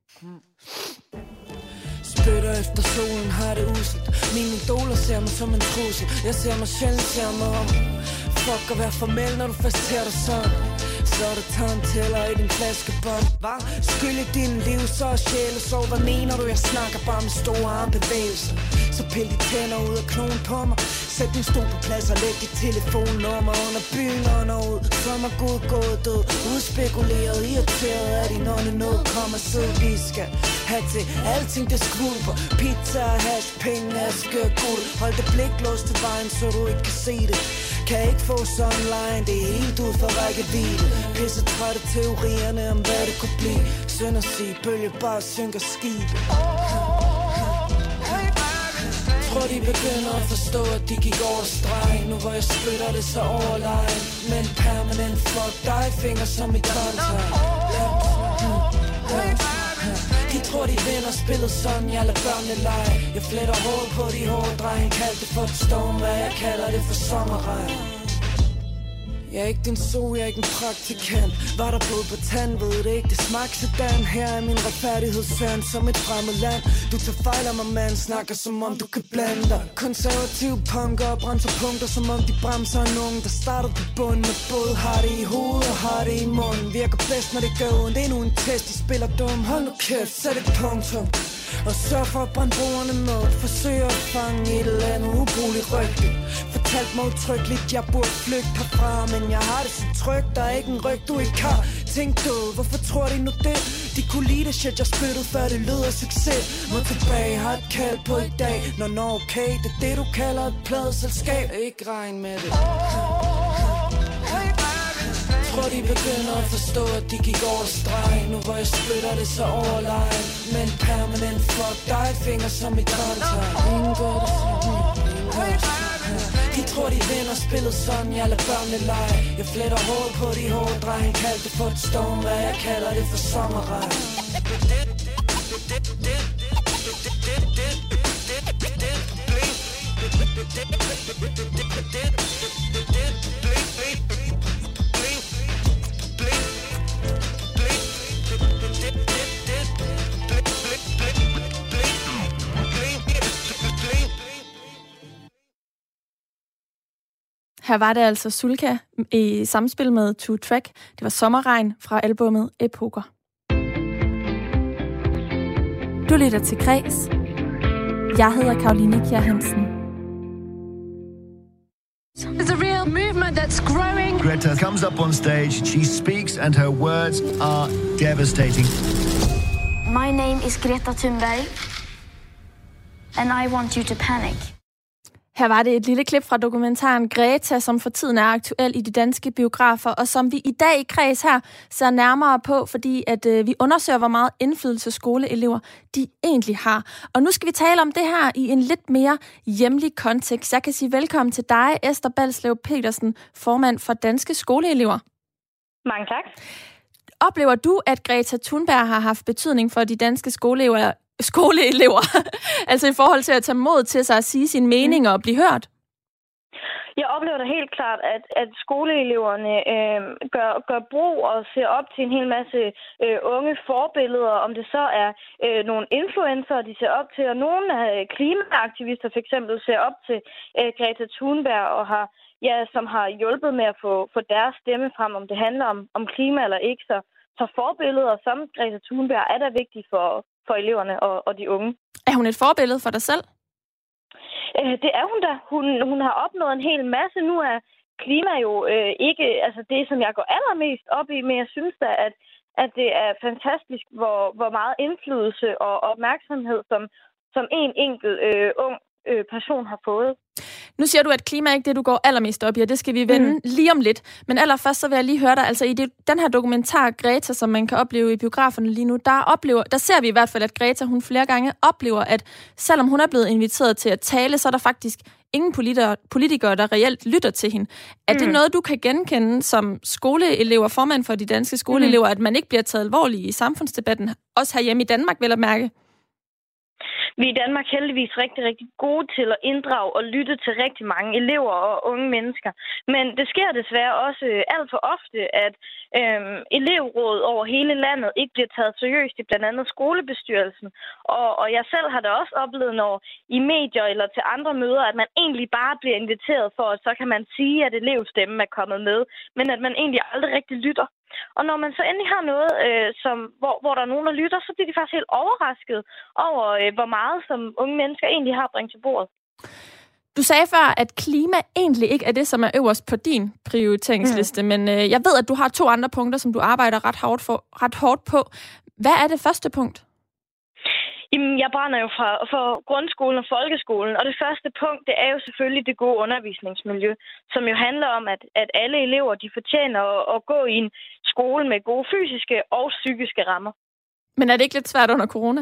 Spytter efter solen, har det uselt. Mine idoler ser mig som en trussel. Jeg ser mig sjældent, ser mig om. Fuck at være formel, når du først ser dig sådan. Så er der tarmtæller i din flaskebånd. Hva? Skyld i din liv, så er sjæle. Så hvad mener du? Jeg snakker bare med store armbevægelser. Så pil de tænder ud og klon på mig. Sæt din stol på plads og læg dit telefonnummer under byen under ud. Som er god gået død. Udspekuleret, irriteret af din ånde nød. Kom og sid, vi skal have til alting det skvulper. Pizza, hash, penge, aske og guld. Hold det blik låst til vejen, så du ikke kan se det. Kan ikke få online, det er helt ud for rækkevidde. Pisse trætte teorierne om hvad det kunne blive. Synd at sige, bølge bare synker skibe. Tror de begynder at forstå, at de gik over stregen. Nu hvor jeg spytter det så overlegen. Men permanent fuck dig, finger som i kontakt. De tror de vinder spillet sådan, jeg lader børnene lege. Jeg fletter hårdt på de hårde drenge. Kald det for storm, hvad jeg kalder det for sommerregn. Jeg er ikke din so, jeg er ikke en praktikant. Var der blod på tand, ved det ikke, det smagte sådan. Her er min retfærdighedssøren som et fremmed land. Du tager fejl af mig, man snakker som om du kan blande dig. Konservative punker og bremser punkter, som om de bremser nogen, der starter på bunden. Og både har det i hovedet og har det i munden. Virker bedst, når det gør ondt. Endnu en test, de spiller dum. Hold nu kæft, sæt et punktum. Og sørg for at brænde brugerne med. Forsøg at fange et eller andet ubrugeligt rygte. Fortalt mig utryggeligt, jeg burde flygte herfra. Men jeg har det så trygt, der er ikke en ryg, du ikke har. Tænk du, hvorfor tror de nu det? De kunne lide det shit, jeg spyttede, før det lød af succes. Må tilbage, har et kald på i dag. Nå, nå, okay, det er det, du kalder et pladeselskab. Ikke regn med det. Tror de begynder at forstå, at de gik over stregen. Nu hvor jeg spytter det så overlegen. Men permanent fuck dig, finger som i kontakt. Ingen gør det sådan. De tror de vinder spillet sådan, jeg lader børnene lege. Jeg fletter hårdt på de hårde drenge. Kald det for et storm, hvad jeg kalder det for sommerregn. Her var det altså Sulka i samspil med Two Track. Det var Sommerregn fra albumet Epoker. Du lytter til Kreds. Jeg hedder Karoline Kjær Hansen. There's a real movement that's growing. Greta comes up on stage, she speaks, and her words are devastating. My name is Greta Thunberg, and I want you to panic. Her var det et lille klip fra dokumentaren Greta, som for tiden er aktuel i de danske biografer, og som vi i dag i Kreds her ser nærmere på, fordi at øh, vi undersøger, hvor meget indflydelse skoleelever de egentlig har. Og nu skal vi tale om det her i en lidt mere hjemlig kontekst. Jeg kan sige velkommen til dig, Esther Balslev Petersen, formand for Danske Skoleelever. Mange tak. Oplever du, at Greta Thunberg har haft betydning for de danske skoleelever, skoleelever, altså i forhold til at tage mod til sig at sige sine meninger og blive hørt? Jeg oplever da helt klart, at, at skoleeleverne øh, gør, gør brug og ser op til en hel masse øh, unge forbilleder, om det så er øh, nogle influencer, de ser op til, og nogle af klimaaktivister for eksempel ser op til øh, Greta Thunberg, og har, ja, som har hjulpet med at få, få deres stemme frem, om det handler om, om klima eller ikke. Så, så forbilleder som Greta Thunberg er da vigtige for for eleverne og, og de unge. Er hun et forbillede for dig selv? Øh, det er hun da. Hun, hun har opnået en hel masse. Nu er klima jo øh, ikke altså det, som jeg går allermest op i, men jeg synes da, at, at det er fantastisk, hvor, hvor meget indflydelse og opmærksomhed, som, som en enkelt øh, ung øh, person har fået. Nu siger du, at klima er ikke det, du går allermest op i, og det skal vi vende mm. lige om lidt. Men allerførst så vil jeg lige høre dig, altså i det, den her dokumentar Greta, som man kan opleve i biograferne lige nu, der, oplever, der ser vi i hvert fald, at Greta hun flere gange oplever, at selvom hun er blevet inviteret til at tale, så er der faktisk ingen politikere, politikere der reelt lytter til hende. Er mm. det noget, du kan genkende som skoleelever, formand for de danske skoleelever, mm. at man ikke bliver taget alvorligt i samfundsdebatten, også herhjemme i Danmark, vel at mærke? Vi er i Danmark heldigvis rigtig, rigtig gode til at inddrage og lytte til rigtig mange elever og unge mennesker. Men det sker desværre også alt for ofte, at øhm, elevråd over hele landet ikke bliver taget seriøst i blandt andet skolebestyrelsen. Og, og jeg selv har da også oplevet, når i medier eller til andre møder, at man egentlig bare bliver inviteret for, at så kan man sige, at elevstemmen er kommet med, men at man egentlig aldrig rigtig lytter. Og når man så endelig har noget, øh, som, hvor, hvor der er nogen, der lytter, så bliver de faktisk helt overrasket over, øh, hvor meget som unge mennesker egentlig har bringt til bordet. Du sagde før, at klima egentlig ikke er det, som er øverst på din prioriteringsliste, mm. men øh, jeg ved, at du har to andre punkter, som du arbejder ret hårdt, for, ret hårdt på. Hvad er det første punkt? Jamen, jeg brænder jo fra, for grundskolen og folkeskolen, og det første punkt, det er jo selvfølgelig det gode undervisningsmiljø, som jo handler om, at, at alle elever, de fortjener at, at gå i en skole med gode fysiske og psykiske rammer. Men er det ikke lidt svært under corona?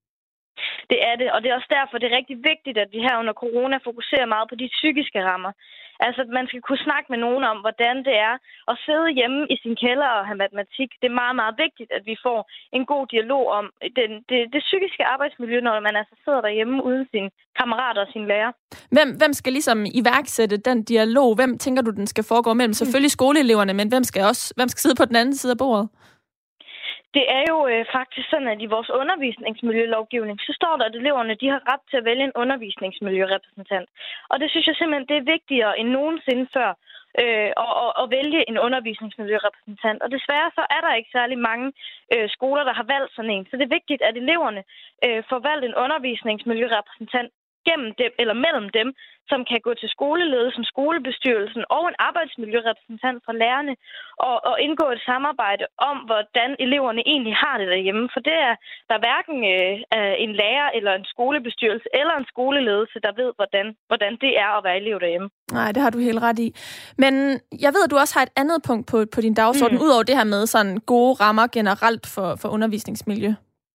Det er det, og det er også derfor, det er rigtig vigtigt, at vi her under corona fokuserer meget på de psykiske rammer. Altså, at man skal kunne snakke med nogen om, hvordan det er at sidde hjemme i sin kælder og have matematik. Det er meget, meget vigtigt, at vi får en god dialog om den, det, det psykiske arbejdsmiljø, når man altså sidder derhjemme uden sine kammerater og sine lærere. Hvem, hvem skal ligesom iværksætte den dialog? Hvem tænker du, den skal foregå mellem? Selvfølgelig skoleeleverne, men hvem skal også hvem skal sidde på den anden side af bordet? Det er jo øh, faktisk sådan, at i vores undervisningsmiljølovgivning, så står der, at eleverne de har ret til at vælge en undervisningsmiljørepræsentant. Og det synes jeg simpelthen, det er vigtigere end nogensinde før øh, at, at, at vælge en undervisningsmiljørepræsentant. Og desværre så er der ikke særlig mange øh, skoler, der har valgt sådan en. Så det er vigtigt, at eleverne øh, får valgt en undervisningsmiljørepræsentant gennem dem, eller mellem dem, som kan gå til skoleledelsen, skolebestyrelsen og en arbejdsmiljørepræsentant fra lærerne og, og indgå et samarbejde om, hvordan eleverne egentlig har det derhjemme. For det er der hverken øh, en lærer eller en skolebestyrelse eller en skoleledelse, der ved, hvordan, hvordan det er at være elev derhjemme. Nej, det har du helt ret i. Men jeg ved, at du også har et andet punkt på, på din dagsorden, mm. udover det her med sådan gode rammer generelt for, for undervisningsmiljø.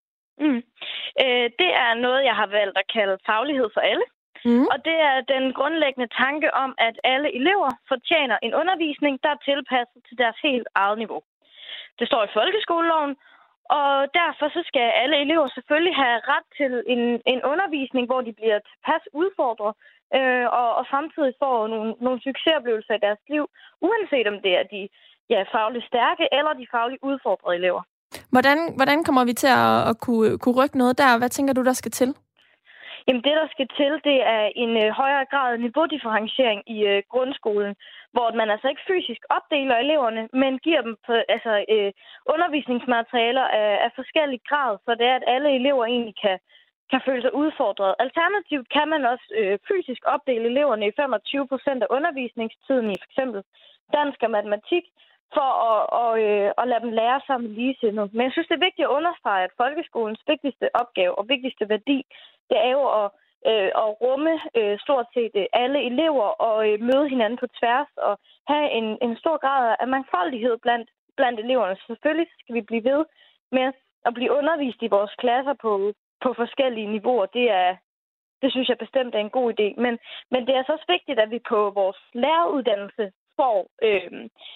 Mm. Øh, det er noget, jeg har valgt at kalde faglighed for alle. Mm. Og det er den grundlæggende tanke om, at alle elever fortjener en undervisning, der er tilpasset til deres helt eget niveau. Det står i folkeskoleloven, og derfor så skal alle elever selvfølgelig have ret til en, en undervisning, hvor de bliver tilpas udfordret, øh, og, og samtidig får nogle, nogle succesoplevelser i deres liv, uanset om det er de ja, fagligt stærke eller de fagligt udfordrede elever. Hvordan, hvordan kommer vi til at, at kunne, kunne rykke noget der? Hvad tænker du, der skal til? Jamen det, der skal til, det er en øh, højere grad af niveaudifferentiering i øh, grundskolen, hvor man altså ikke fysisk opdeler eleverne, men giver dem på, altså, øh, undervisningsmaterialer af, af forskellig grad, så det er, at alle elever egentlig kan, kan føle sig udfordret. Alternativt kan man også øh, fysisk opdele eleverne i femogtyve procent af undervisningstiden i for eksempel dansk og matematik, for at, og, øh, at lade dem lære sammen ligesindede. Men jeg synes, det er vigtigt at understrege, at folkeskolens vigtigste opgave og vigtigste værdi, det er jo at, øh, at rumme øh, stort set alle elever og øh, møde hinanden på tværs og have en, en stor grad af mangfoldighed blandt, blandt eleverne. Så selvfølgelig skal vi blive ved med at blive undervist i vores klasser på, på forskellige niveauer. Det er, det synes jeg bestemt er en god idé. Men, men det er så også vigtigt, at vi på vores læreruddannelse får Øh,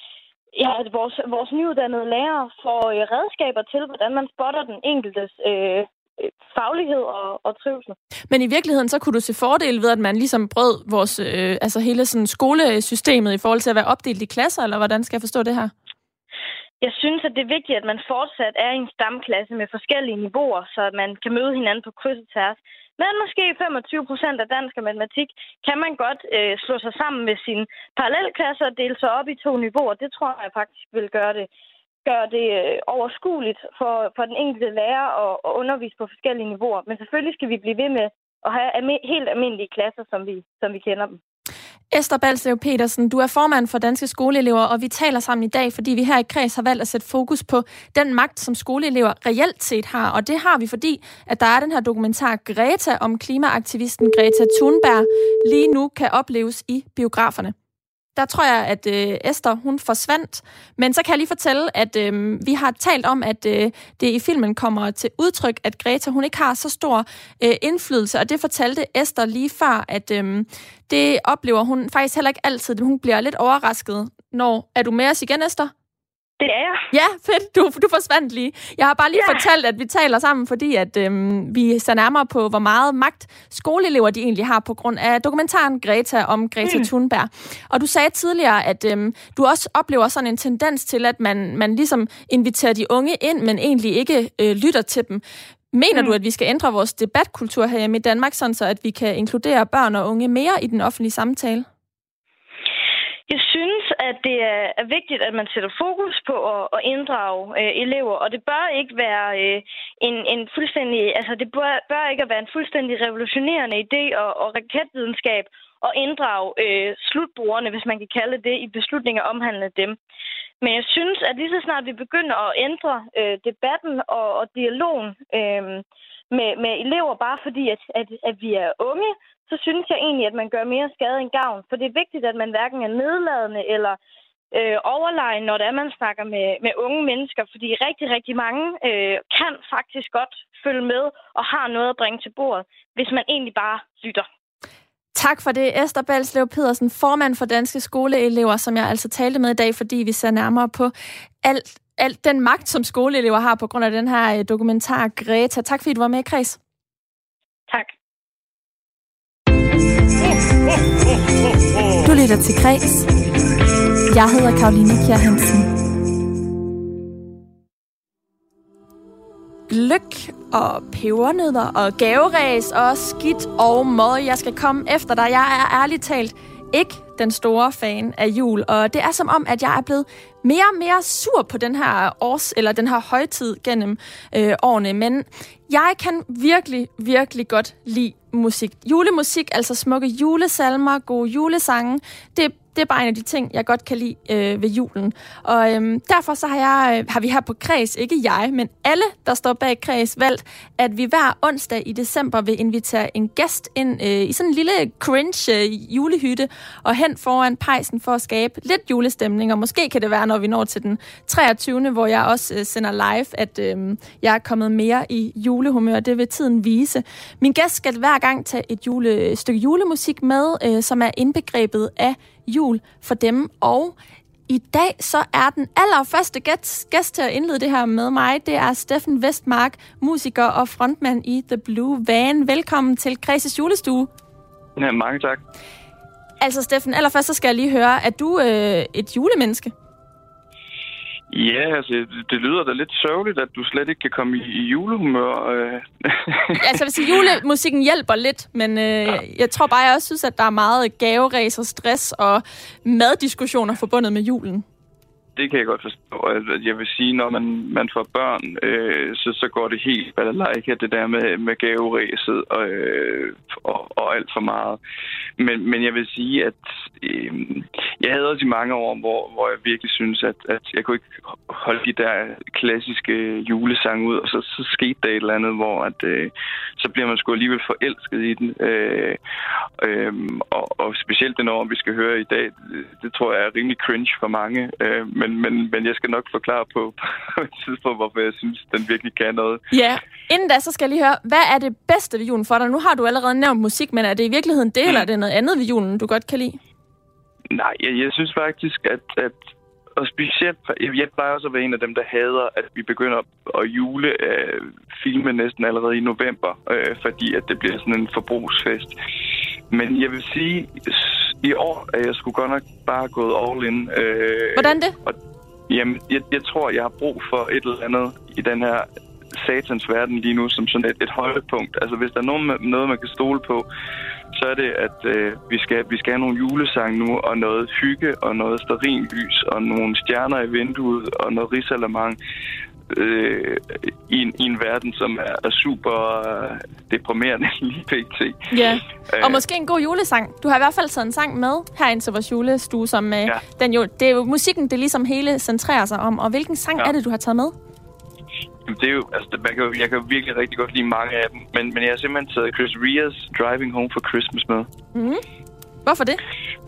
Ja, at vores, vores nyuddannede lærere får øh, redskaber til, hvordan man spotter den enkeltes øh, faglighed og, og trivsel. Men i virkeligheden, så kunne du se fordele ved, at man ligesom brød vores, øh, altså hele sådan skolesystemet i forhold til at være opdelt i klasser, eller hvordan skal jeg forstå det her? Jeg synes, at det er vigtigt, at man fortsat er i en stamklasse med forskellige niveauer, så at man kan møde hinanden på kryds og tværs. Men måske femogtyve procent af dansk og matematik kan man godt øh, slå sig sammen med sine parallelklasser og dele sig op i to niveauer. Det tror jeg faktisk vil gøre det, gøre det øh, overskueligt for, for den enkelte lærer at, at undervise på forskellige niveauer. Men selvfølgelig skal vi blive ved med at have alme- helt almindelige klasser, som vi, som vi kender dem. Esther Balslev Petersen, du er formand for Danske Skoleelever, og vi taler sammen i dag, fordi vi her i Kreds har valgt at sætte fokus på den magt, som skoleelever reelt set har. Og det har vi, fordi at der er den her dokumentar Greta om klimaaktivisten Greta Thunberg lige nu kan opleves i biograferne. Der tror jeg, at øh, Esther, hun forsvandt. Men så kan jeg lige fortælle, at øh, vi har talt om, at øh, det i filmen kommer til udtryk, at Greta, hun ikke har så stor øh, indflydelse. Og det fortalte Esther lige før, at øh, det oplever hun faktisk heller ikke altid. Hun bliver lidt overrasket, når... Er du med os igen, Esther? Det er jeg. Ja, fedt. Du, du forsvandt lige. Jeg har bare lige ja. fortalt, at vi taler sammen, fordi at, øhm, vi ser nærmere på, hvor meget magt skoleelever de egentlig har på grund af dokumentaren Greta om Greta mm. Thunberg. Og du sagde tidligere, at øhm, du også oplever sådan en tendens til, at man, man ligesom inviterer de unge ind, men egentlig ikke øh, lytter til dem. Mener mm. du, at vi skal ændre vores debatkultur herhjemme i Danmark, sådan så at vi kan inkludere børn og unge mere i den offentlige samtale? Jeg synes, at det er vigtigt, at man sætter fokus på at inddrage øh, elever, og det bør ikke være øh, en, en fuldstændig, altså det bør, bør ikke være en fuldstændig revolutionerende idé og, og raketvidenskab at inddrage øh, slutbrugerne, hvis man kan kalde det, i beslutninger omhandlende dem. Men jeg synes, at lige så snart vi begynder at ændre øh, debatten og, og dialogen øh, med, med elever, bare fordi at, at, at vi er unge, så synes jeg egentlig, at man gør mere skade end gavn. For det er vigtigt, at man hverken er nedladende eller øh, overlegen, når det er, man snakker med, med unge mennesker. Fordi rigtig, rigtig mange øh, kan faktisk godt følge med og har noget at bringe til bordet, hvis man egentlig bare lytter. Tak for det, Esther Balslev Petersen, formand for Danske Skoleelever, som jeg altså talte med i dag, fordi vi ser nærmere på alt, alt den magt, som skoleelever har på grund af den her dokumentar Greta. Tak fordi du var med i Kreds. Tak. Du lytter til Kreds. Jeg hedder Karoline Kjær Hansen. Gløgg og pebernødder og gaveræs og skidt og mad. Jeg skal komme efter dig. Jeg er ærligt talt ikke den store fan af jul, og det er som om, at jeg er blevet mere og mere sur på den her års, eller den her højtid gennem øh, årene, men jeg kan virkelig, virkelig godt lide musik. Julemusik, altså smukke julesalmer, gode julesange, det, det er bare en af de ting, jeg godt kan lide øh, ved julen. Og øh, derfor så har, jeg, øh, har vi her på Kreds, ikke jeg, men alle, der står bag Kreds, valgt, at vi hver onsdag i december vil invitere en gæst ind øh, i sådan en lille cringe øh, julehytte, og hen foran pejsen for at skabe lidt julestemning, og måske kan det være, når vi når til den treogtyvende, hvor jeg også øh, sender live, at øh, jeg er kommet mere i julehumør. Det vil tiden vise. Min gæst skal hver gang tage et, jule, et stykke julemusik med, øh, som er indbegrebet af jul for dem. Og i dag så er den allerførste gæst, gæst til at indlede det her med mig. Det er Steffen Vestmark, musiker og frontmand i The Blue Van. Velkommen til Kreds' julestue. Ja, mange tak. Altså Steffen, allerførst så skal jeg lige høre, er du øh, et julemenneske? Ja, altså, det lyder da lidt sørgeligt, at du slet ikke kan komme i, i julehumør. Altså, jeg vil sige, julemusikken hjælper lidt, men øh, ja. jeg tror bare, jeg også synes, at der er meget gaveræs og stress og maddiskussioner forbundet med julen. Det kan jeg godt forstå. Jeg vil sige, når man, man får børn, øh, så, så går det helt balalajka, det der med, med gaveræset og, øh, og, og alt for meget. Men, men jeg vil sige, at øh, jeg havde også i mange år, hvor, hvor jeg virkelig synes, at, at jeg kunne ikke holde de der klassiske julesange ud, og så, så skete der et eller andet, hvor at, øh, så bliver man sgu alligevel forelsket i den. Øh, øh, og, og specielt det, når vi skal høre i dag, det, det tror jeg er rimelig cringe for mange. Øh, Men, men, men jeg skal nok forklare på, på et tidspunkt, hvorfor jeg synes, den virkelig kan noget. Ja, inden da, så skal jeg lige høre, hvad er det bedste ved julen for dig? Nu har du allerede nævnt musik, men er det i virkeligheden det, mm. eller er det noget andet ved julen, du godt kan lide? Nej, jeg, jeg synes faktisk, at, at og specielt, jeg plejer også at være en af dem, der hader, at vi begynder at jule øh, filme næsten allerede i november, øh, fordi at det bliver sådan en forbrugsfest. Men jeg vil sige, i år er jeg sgu godt nok bare gået all in. Øh, Hvordan det? Og, jamen, jeg, jeg tror, jeg har brug for et eller andet i den her satans verden lige nu som sådan et, et højdepunkt. Altså, hvis der er noget, noget man kan stole på, så er det, at øh, vi, skal, vi skal have nogle julesange nu, og noget hygge, og noget stearinlys, og nogle stjerner i vinduet, og noget risalemang. Øh, i, en, i en verden, som er, er super øh, deprimerende lige pt. Ja, og måske en god julesang. Du har i hvert fald taget en sang med herind til vores julestue, som øh, ja. den jo, det er jo musikken, det ligesom hele centrerer sig om. Og hvilken sang ja. er det, du har taget med? Jamen, det er jo, altså, man kan jo, jeg kan jo virkelig rigtig godt lide mange af dem, men, men jeg har simpelthen taget Chris Ria's Driving Home for Christmas med. Mm. Hvorfor det?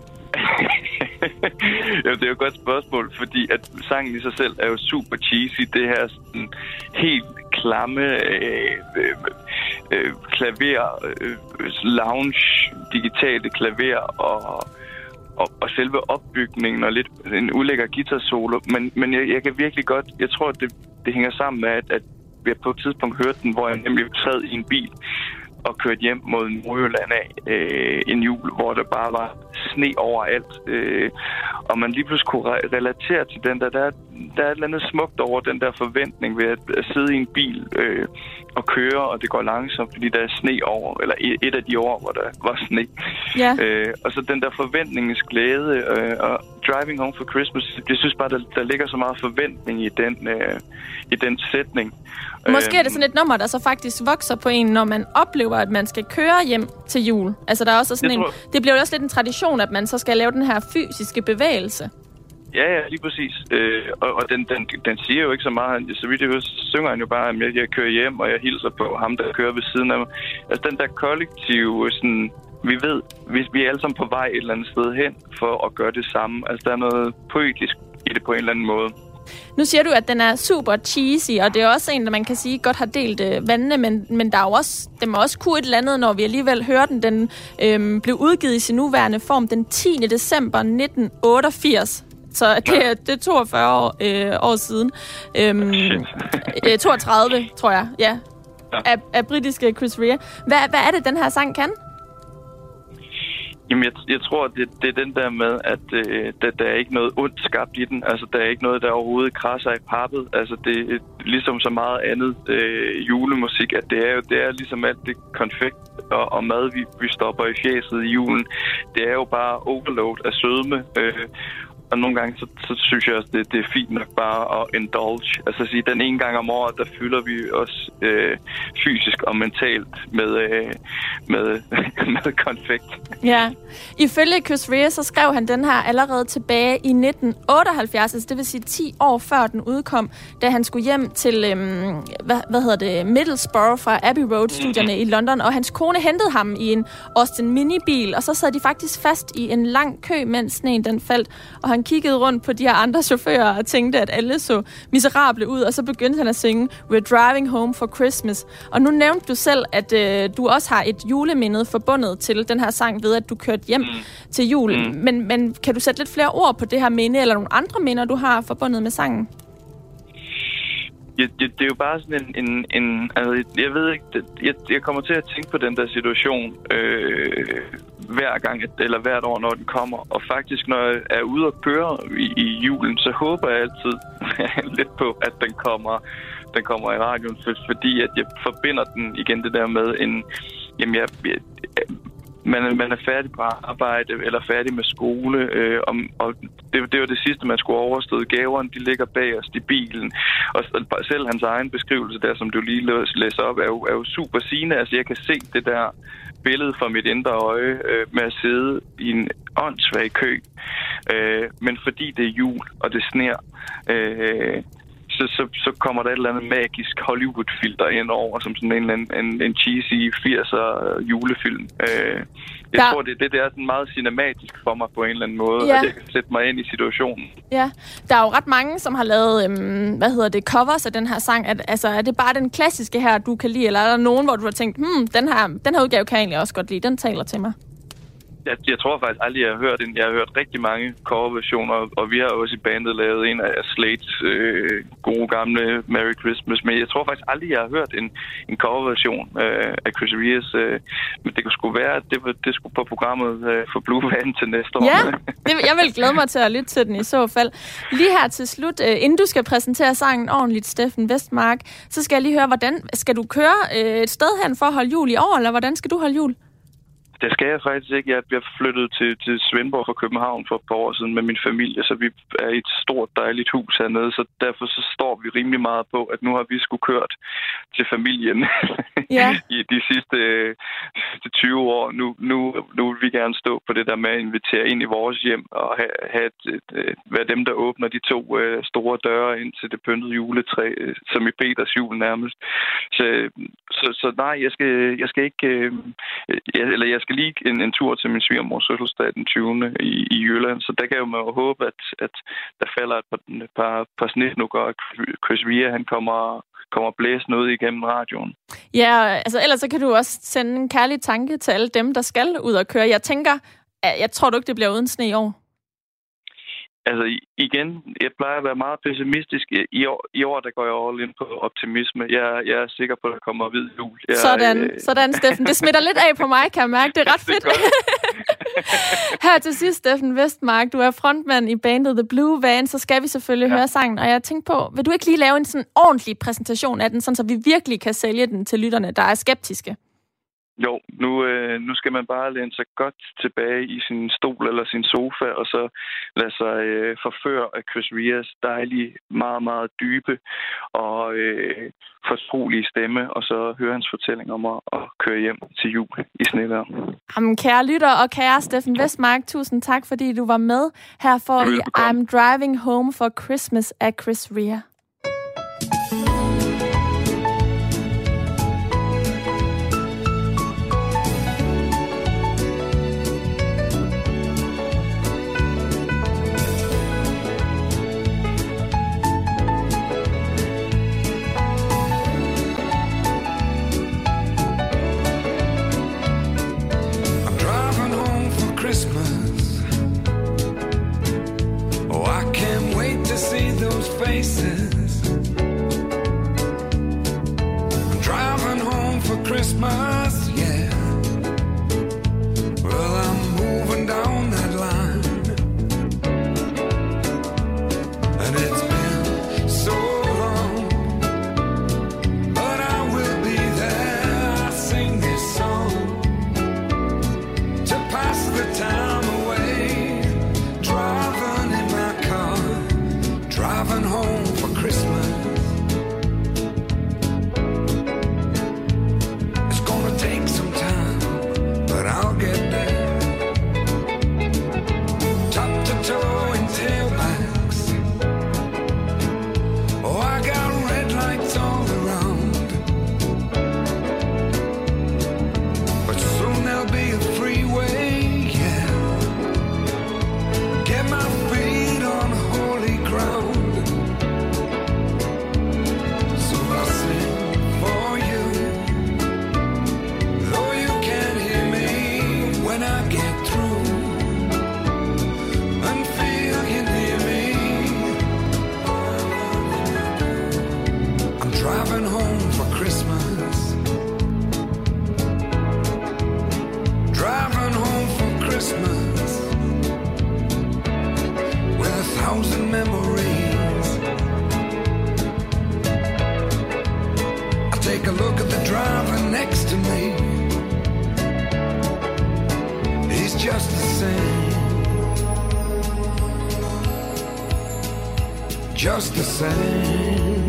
Jo, det er jo et godt spørgsmål, fordi at sangen i sig selv er jo super cheesy. Det her sådan helt klamme øh, øh, klaver, øh, lounge, digitale klaver og, og, og selve opbygningen og lidt en ulækker guitar-solo. Men, men jeg, jeg kan virkelig godt, jeg tror, at det, det hænger sammen med, at, at vi på et tidspunkt hørte den, hvor jeg nemlig sad i en bil og kørte hjem mod Nordjylland af øh, en jul, hvor der bare var sne overalt. Øh, og man lige pludselig kunne re- relatere til den der, der, der er et eller andet smukt over den der forventning ved at, at sidde i en bil øh, og køre, og det går langsomt, fordi der er sne over, eller et, et af de år, hvor der var sne. Ja. Øh, og så den der forventningens glæde, øh, og Driving Home for Christmas, jeg synes bare, der, der ligger så meget forventning i den, øh, i den sætning. Måske er det sådan et nummer, der så faktisk vokser på en, når man oplever, at man skal køre hjem til jul. Altså, der er også sådan en, det bliver jo også lidt en tradition, at man så skal lave den her fysiske bevægelse. Ja, ja, lige præcis. Øh, og og den, den, den siger jo ikke så meget. Så vidt jeg husker, synger han jo bare, at jeg kører hjem, og jeg hilser på ham, der kører ved siden af mig. Altså, den der kollektive, sådan, vi ved, hvis vi er alle sammen på vej et eller andet sted hen for at gøre det samme. Altså, der er noget poetisk i det på en eller anden måde. Nu siger du, at den er super cheesy, og det er også en, der man kan sige godt har delt øh, vandene, men, men der er jo også, den må også kunne et eller andet, når vi alligevel hører den. Den øh, blev udgivet i sin nuværende form den tiende december nitten otteogfirs. Så det er, det er toogfyrre år, øh, år siden. Øhm, øh, toogtredive, tror jeg, ja. Af, af britiske Chris Rea. Hvad, hvad er det, den her sang kan? Jamen, jeg, jeg tror, det, det er den der med, at øh, der, der er ikke noget ondt skabt i den. Altså, der er ikke noget, der overhovedet krasser i pappet. Altså, det er ligesom så meget andet øh, julemusik, at det er jo det er ligesom alt det konfekt og, og mad, vi, vi stopper i fjeset i julen. Det er jo bare overload af sødme. Øh, Og nogle gange, så, så synes jeg også, det, det er fint nok bare at indulge. Altså at sige, den ene gang om året, der fylder vi os øh, fysisk og mentalt med, øh, med, med konfekt. Ja. Ifølge Chris Rea, så skrev han den her allerede tilbage i nitten otteoghalvfjerds, altså det vil sige ti år før den udkom, da han skulle hjem til, øhm, hvad, hvad hedder det, Middlesbrough fra Abbey Road-studierne mm-hmm. i London, og hans kone hentede ham i en Austin minibil, og så sad de faktisk fast i en lang kø, mens sneen den faldt, og han kiggede rundt på de her andre chauffører og tænkte, at alle så miserable ud, og så begyndte han at synge We're Driving Home for Christmas. Og nu nævnte du selv, at øh, du også har et juleminde forbundet til den her sang ved, at du kørte hjem mm. til jul. Mm. Men, men kan du sætte lidt flere ord på det her minde, eller nogle andre minder, du har forbundet med sangen? Jeg, det, det er jo bare sådan en... en, en altså, jeg ved ikke... Det, jeg, jeg kommer til at tænke på den der situation øh, hver gang, eller hvert år, når den kommer. Og faktisk, når jeg er ude og køre i, i julen, så håber jeg altid lidt på, at den kommer, den kommer i radioen. For, fordi at jeg forbinder den igen det der med en... Jamen, jeg... jeg Man er, man er færdig på arbejde, eller færdig med skole, øh, og, og det, det var det sidste, man skulle overstå. Gaverne, de ligger bag os i bilen. Og, og selv hans egen beskrivelse der, som du lige læser op, er jo, er jo super sigende. Altså, jeg kan se det der billede fra mit indre øje øh, med at sidde i en åndssvag kø. Øh, men fordi det er jul, og det sner, øh, Så, så, så kommer der et eller andet magisk Hollywood-filter ind over, som sådan en, en, en, en cheesy firser julefilm. Øh, jeg der... tror, det, det, det er sådan meget cinematisk for mig på en eller anden måde, ja. At jeg kan sætte mig ind i situationen. Ja, der er jo ret mange, som har lavet, øhm, hvad hedder det, covers af den her sang. At, altså, er det bare den klassiske her, du kan lide, eller er der nogen, hvor du har tænkt, hmm, den her, den her udgave kan jeg egentlig også godt lide, den taler til mig? Jeg, jeg tror faktisk aldrig, jeg har hørt en. Jeg har hørt rigtig mange coverversioner, og vi har også i bandet lavet en af Slates øh, gode gamle Merry Christmas. Men jeg tror faktisk aldrig, jeg har hørt en, en coverversion øh, af Chris Rias. Øh, men det kunne sgu være, at det, det skulle på programmet øh, for Blue Van til næste år. Ja, det, jeg vil glæde mig til at lytte til den i så fald. Lige her til slut, øh, inden du skal præsentere sangen ordentligt, Steffen Vestmark, så skal jeg lige høre, hvordan skal du køre øh, et sted hen for at holde jul i år, eller hvordan skal du holde jul? Det skal jeg faktisk ikke. Jeg bliver flyttet til, til Svendborg fra København for et par år siden med min familie, så vi er i et stort, dejligt hus hernede, så derfor så står vi rimelig meget på, at nu har vi sgu kørt til familien ja. i de sidste, sidste tyve år. Nu, nu, nu vil vi gerne stå på det der med at invitere ind i vores hjem og have, have et, et, et, være dem, der åbner de to uh, store døre ind til det pyntede juletræ, uh, som i Peters jul nærmest. Så, så, så nej, jeg skal, jeg skal ikke... Uh, jeg, eller jeg skal lige en, en tur til min svigermors fødselsdag den tyvende i, i Jylland, så der kan jo man jo håbe, at, at der falder et par, et par, par snitnukker, og Chris Ria, han kommer, kommer blæsende ud igennem radioen. Ja, altså ellers så kan du også sende en kærlig tanke til alle dem, der skal ud og køre. Jeg tænker, jeg tror du ikke, det bliver uden sne i år? Altså igen, jeg plejer at være meget pessimistisk. I år, i år der går jeg all in på optimisme. Jeg, jeg er sikker på, at der kommer hvid jul. Jeg, sådan, øh... sådan, Steffen. Det smitter lidt af på mig, kan jeg mærke. Det er ret fedt. Her til sidst, Steffen Vestmark, du er frontmand i bandet The Blue Van, så skal vi selvfølgelig ja. høre sangen. Og jeg tænkte på, vil du ikke lige lave en sådan ordentlig præsentation af den, sådan så vi virkelig kan sælge den til lytterne, der er skeptiske? Jo, nu, øh, nu skal man bare læne sig godt tilbage i sin stol eller sin sofa, og så lade sig øh, forføre af Chris Rias dejlige, meget, meget dybe og øh, fortrolige stemme, og så høre hans fortælling om at, at køre hjem til jul i snevejr. Jamen, kære lytter og kære Steffen Vestmark, tusind tak, fordi du var med her for i I'm Driving Home for Christmas af Chris Ria. Faces. I'm driving home for Christmas, yeah. Well, I'm moving down that line, and it's been so long, but I will be there. I sing this song to pass the time away, driving in my car, driving home for Christmas. It's gonna take some time, but I'll get there. Top to toe in tailbacks. Oh, I got red lights all around, but soon there'll be a freeway, yeah. Get my feet on holy ground. Driving home for Christmas. Driving home for Christmas with a thousand memories. I take a look at the driver next to me. He's just the same. Just the same.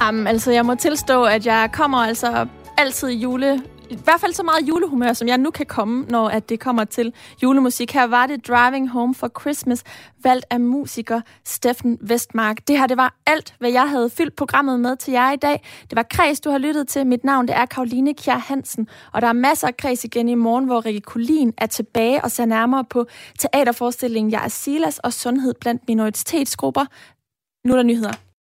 Jamen, altså, jeg må tilstå, at jeg kommer altså altid i jule... I hvert fald så meget julehumør, som jeg nu kan komme, når at det kommer til julemusik. Her var det Driving Home for Christmas, valgt af musiker Steffen Vestmark. Det her, det var alt, hvad jeg havde fyldt programmet med til jer i dag. Det var Kreds, du har lyttet til. Mit navn, det er Karoline Kjær Hansen, og der er masser af Kreds igen i morgen, hvor Rikke Kulin er tilbage og ser nærmere på teaterforestillingen Jeg er Silas og sundhed blandt minoritetsgrupper. Nu er der nyheder.